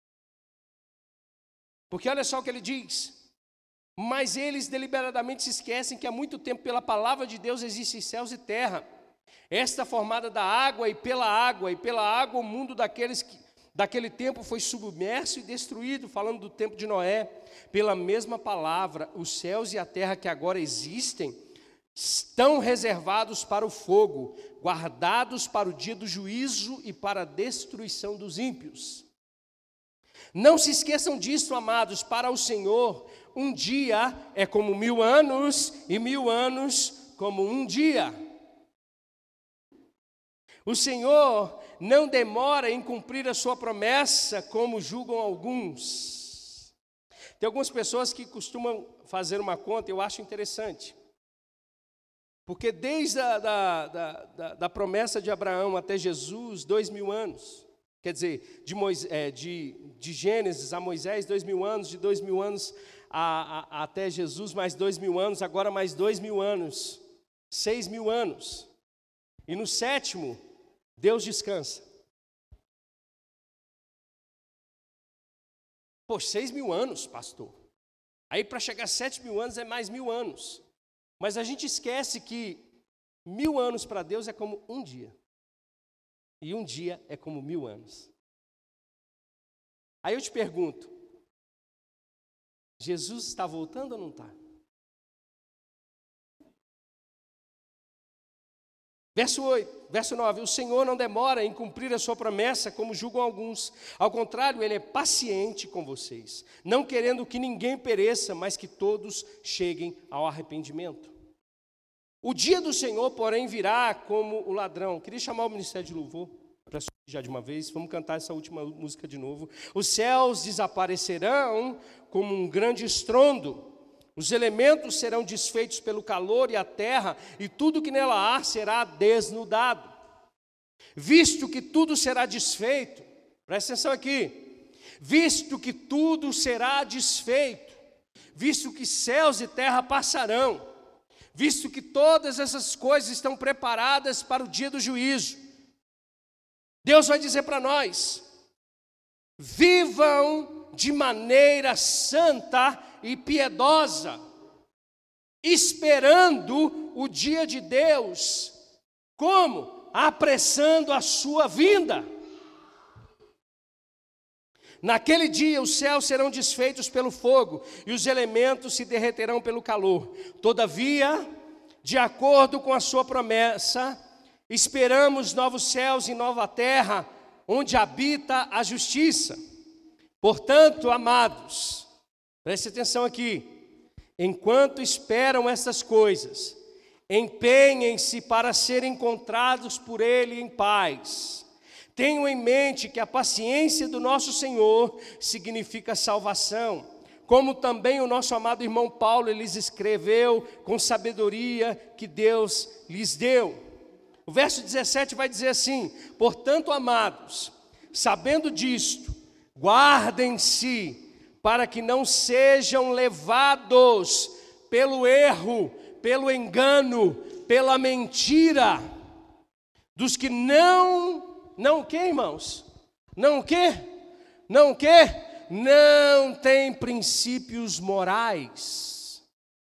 S1: Porque olha só o que ele diz: mas eles deliberadamente se esquecem que há muito tempo pela palavra de Deus existem céus e terra, esta formada da água e pela água, e pela água o mundo daqueles que, daquele tempo foi submerso e destruído, falando do tempo de Noé. Pela mesma palavra, os céus e a terra que agora existem estão reservados para o fogo, guardados para o dia do juízo e para a destruição dos ímpios. Não se esqueçam disso, amados, para o Senhor, um dia é como mil anos, e mil anos como um dia. O Senhor não demora em cumprir a sua promessa, como julgam alguns. Tem algumas pessoas que costumam fazer uma conta, eu acho interessante. Porque desde a da, da, da, da promessa de Abraão até Jesus, dois mil anos. Quer dizer, de, Moisés, é, de, de Gênesis a Moisés, dois mil anos, de dois mil anos a, a, até Jesus, mais dois mil anos, agora mais dois mil anos, seis mil anos. E no sétimo, Deus descansa. Pô, seis mil anos, pastor. Aí para chegar a sete mil anos é mais mil anos. Mas a gente esquece que mil anos para Deus é como um dia. E um dia é como mil anos. Aí eu te pergunto, Jesus está voltando ou não está? Verso oito, verso nove, o Senhor não demora em cumprir a sua promessa, como julgam alguns. Ao contrário, Ele é paciente com vocês, não querendo que ninguém pereça, mas que todos cheguem ao arrependimento. O dia do Senhor, porém, virá como o ladrão. Queria chamar o Ministério de Louvor, para subir já de uma vez, vamos cantar essa última música de novo. Os céus desaparecerão como um grande estrondo. Os elementos serão desfeitos pelo calor e a terra, e tudo que nela há será desnudado. Visto que tudo será desfeito, presta atenção aqui, visto que tudo será desfeito, visto que céus e terra passarão, visto que todas essas coisas estão preparadas para o dia do juízo, Deus vai dizer para nós, vivam de maneira santa e piedosa, esperando o dia de Deus, como? Apressando a sua vinda. Naquele dia os céus serão desfeitos pelo fogo, e os elementos se derreterão pelo calor. Todavia, de acordo com a sua promessa, esperamos novos céus e nova terra, onde habita a justiça. Portanto, amados, preste atenção aqui, enquanto esperam essas coisas, empenhem-se para serem encontrados por Ele em paz. Tenham em mente que a paciência do nosso Senhor significa salvação, como também o nosso amado irmão Paulo lhes escreveu com sabedoria que Deus lhes deu. O verso dezessete vai dizer assim, portanto, amados, sabendo disto, guardem-se para que não sejam levados pelo erro, pelo engano, pela mentira, dos que não, não o que, irmãos? Não o que? Não o que? Não têm princípios morais.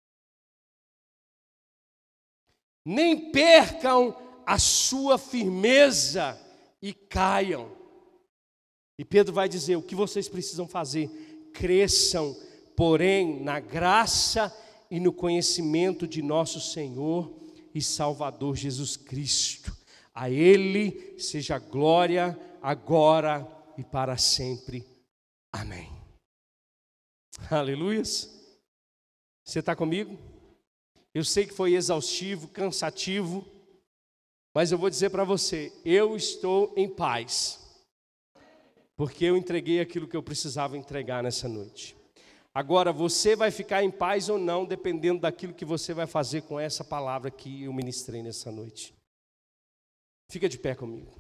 S1: Nem percam a sua firmeza e caiam. E Pedro vai dizer, o que vocês precisam fazer? Cresçam, porém, na graça e no conhecimento de nosso Senhor e Salvador Jesus Cristo. A Ele seja glória, agora e para sempre. Amém. Aleluias. Você está comigo? Eu sei que foi exaustivo, cansativo, mas eu vou dizer para você, eu estou em paz. Porque eu entreguei aquilo que eu precisava entregar nessa noite. Agora, você vai ficar em paz ou não, dependendo daquilo que você vai fazer com essa palavra que eu ministrei nessa noite. Fica de pé comigo.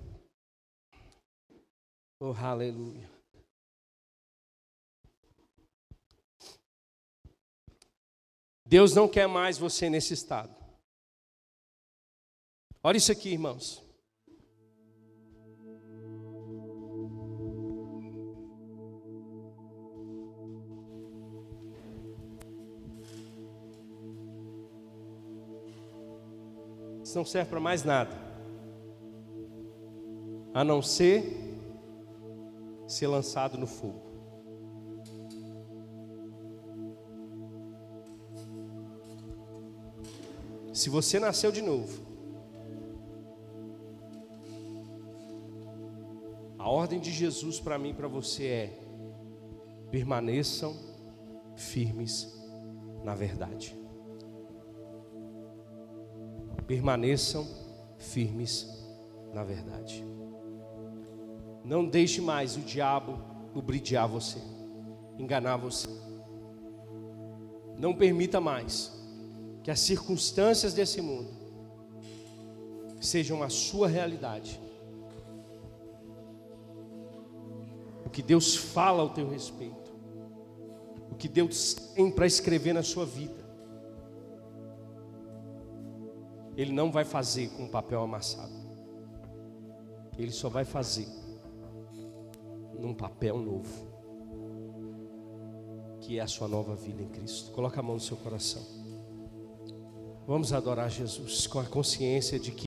S1: Oh, aleluia. Deus não quer mais você nesse estado. Olha isso aqui, irmãos. Isso não serve para mais nada, a não ser ser lançado no fogo. Se você nasceu de novo, a ordem de Jesus para mim e para você é: permaneçam firmes na verdade. Permaneçam firmes na verdade. Não deixe mais o diabo lubridiar você, enganar você. Não permita mais que as circunstâncias desse mundo sejam a sua realidade. O que Deus fala ao teu respeito, o que Deus tem para escrever na sua vida, Ele não vai fazer com papel amassado. Ele só vai fazer num papel novo, que é a sua nova vida em Cristo. Coloca a mão no seu coração. Vamos adorar Jesus com a consciência de que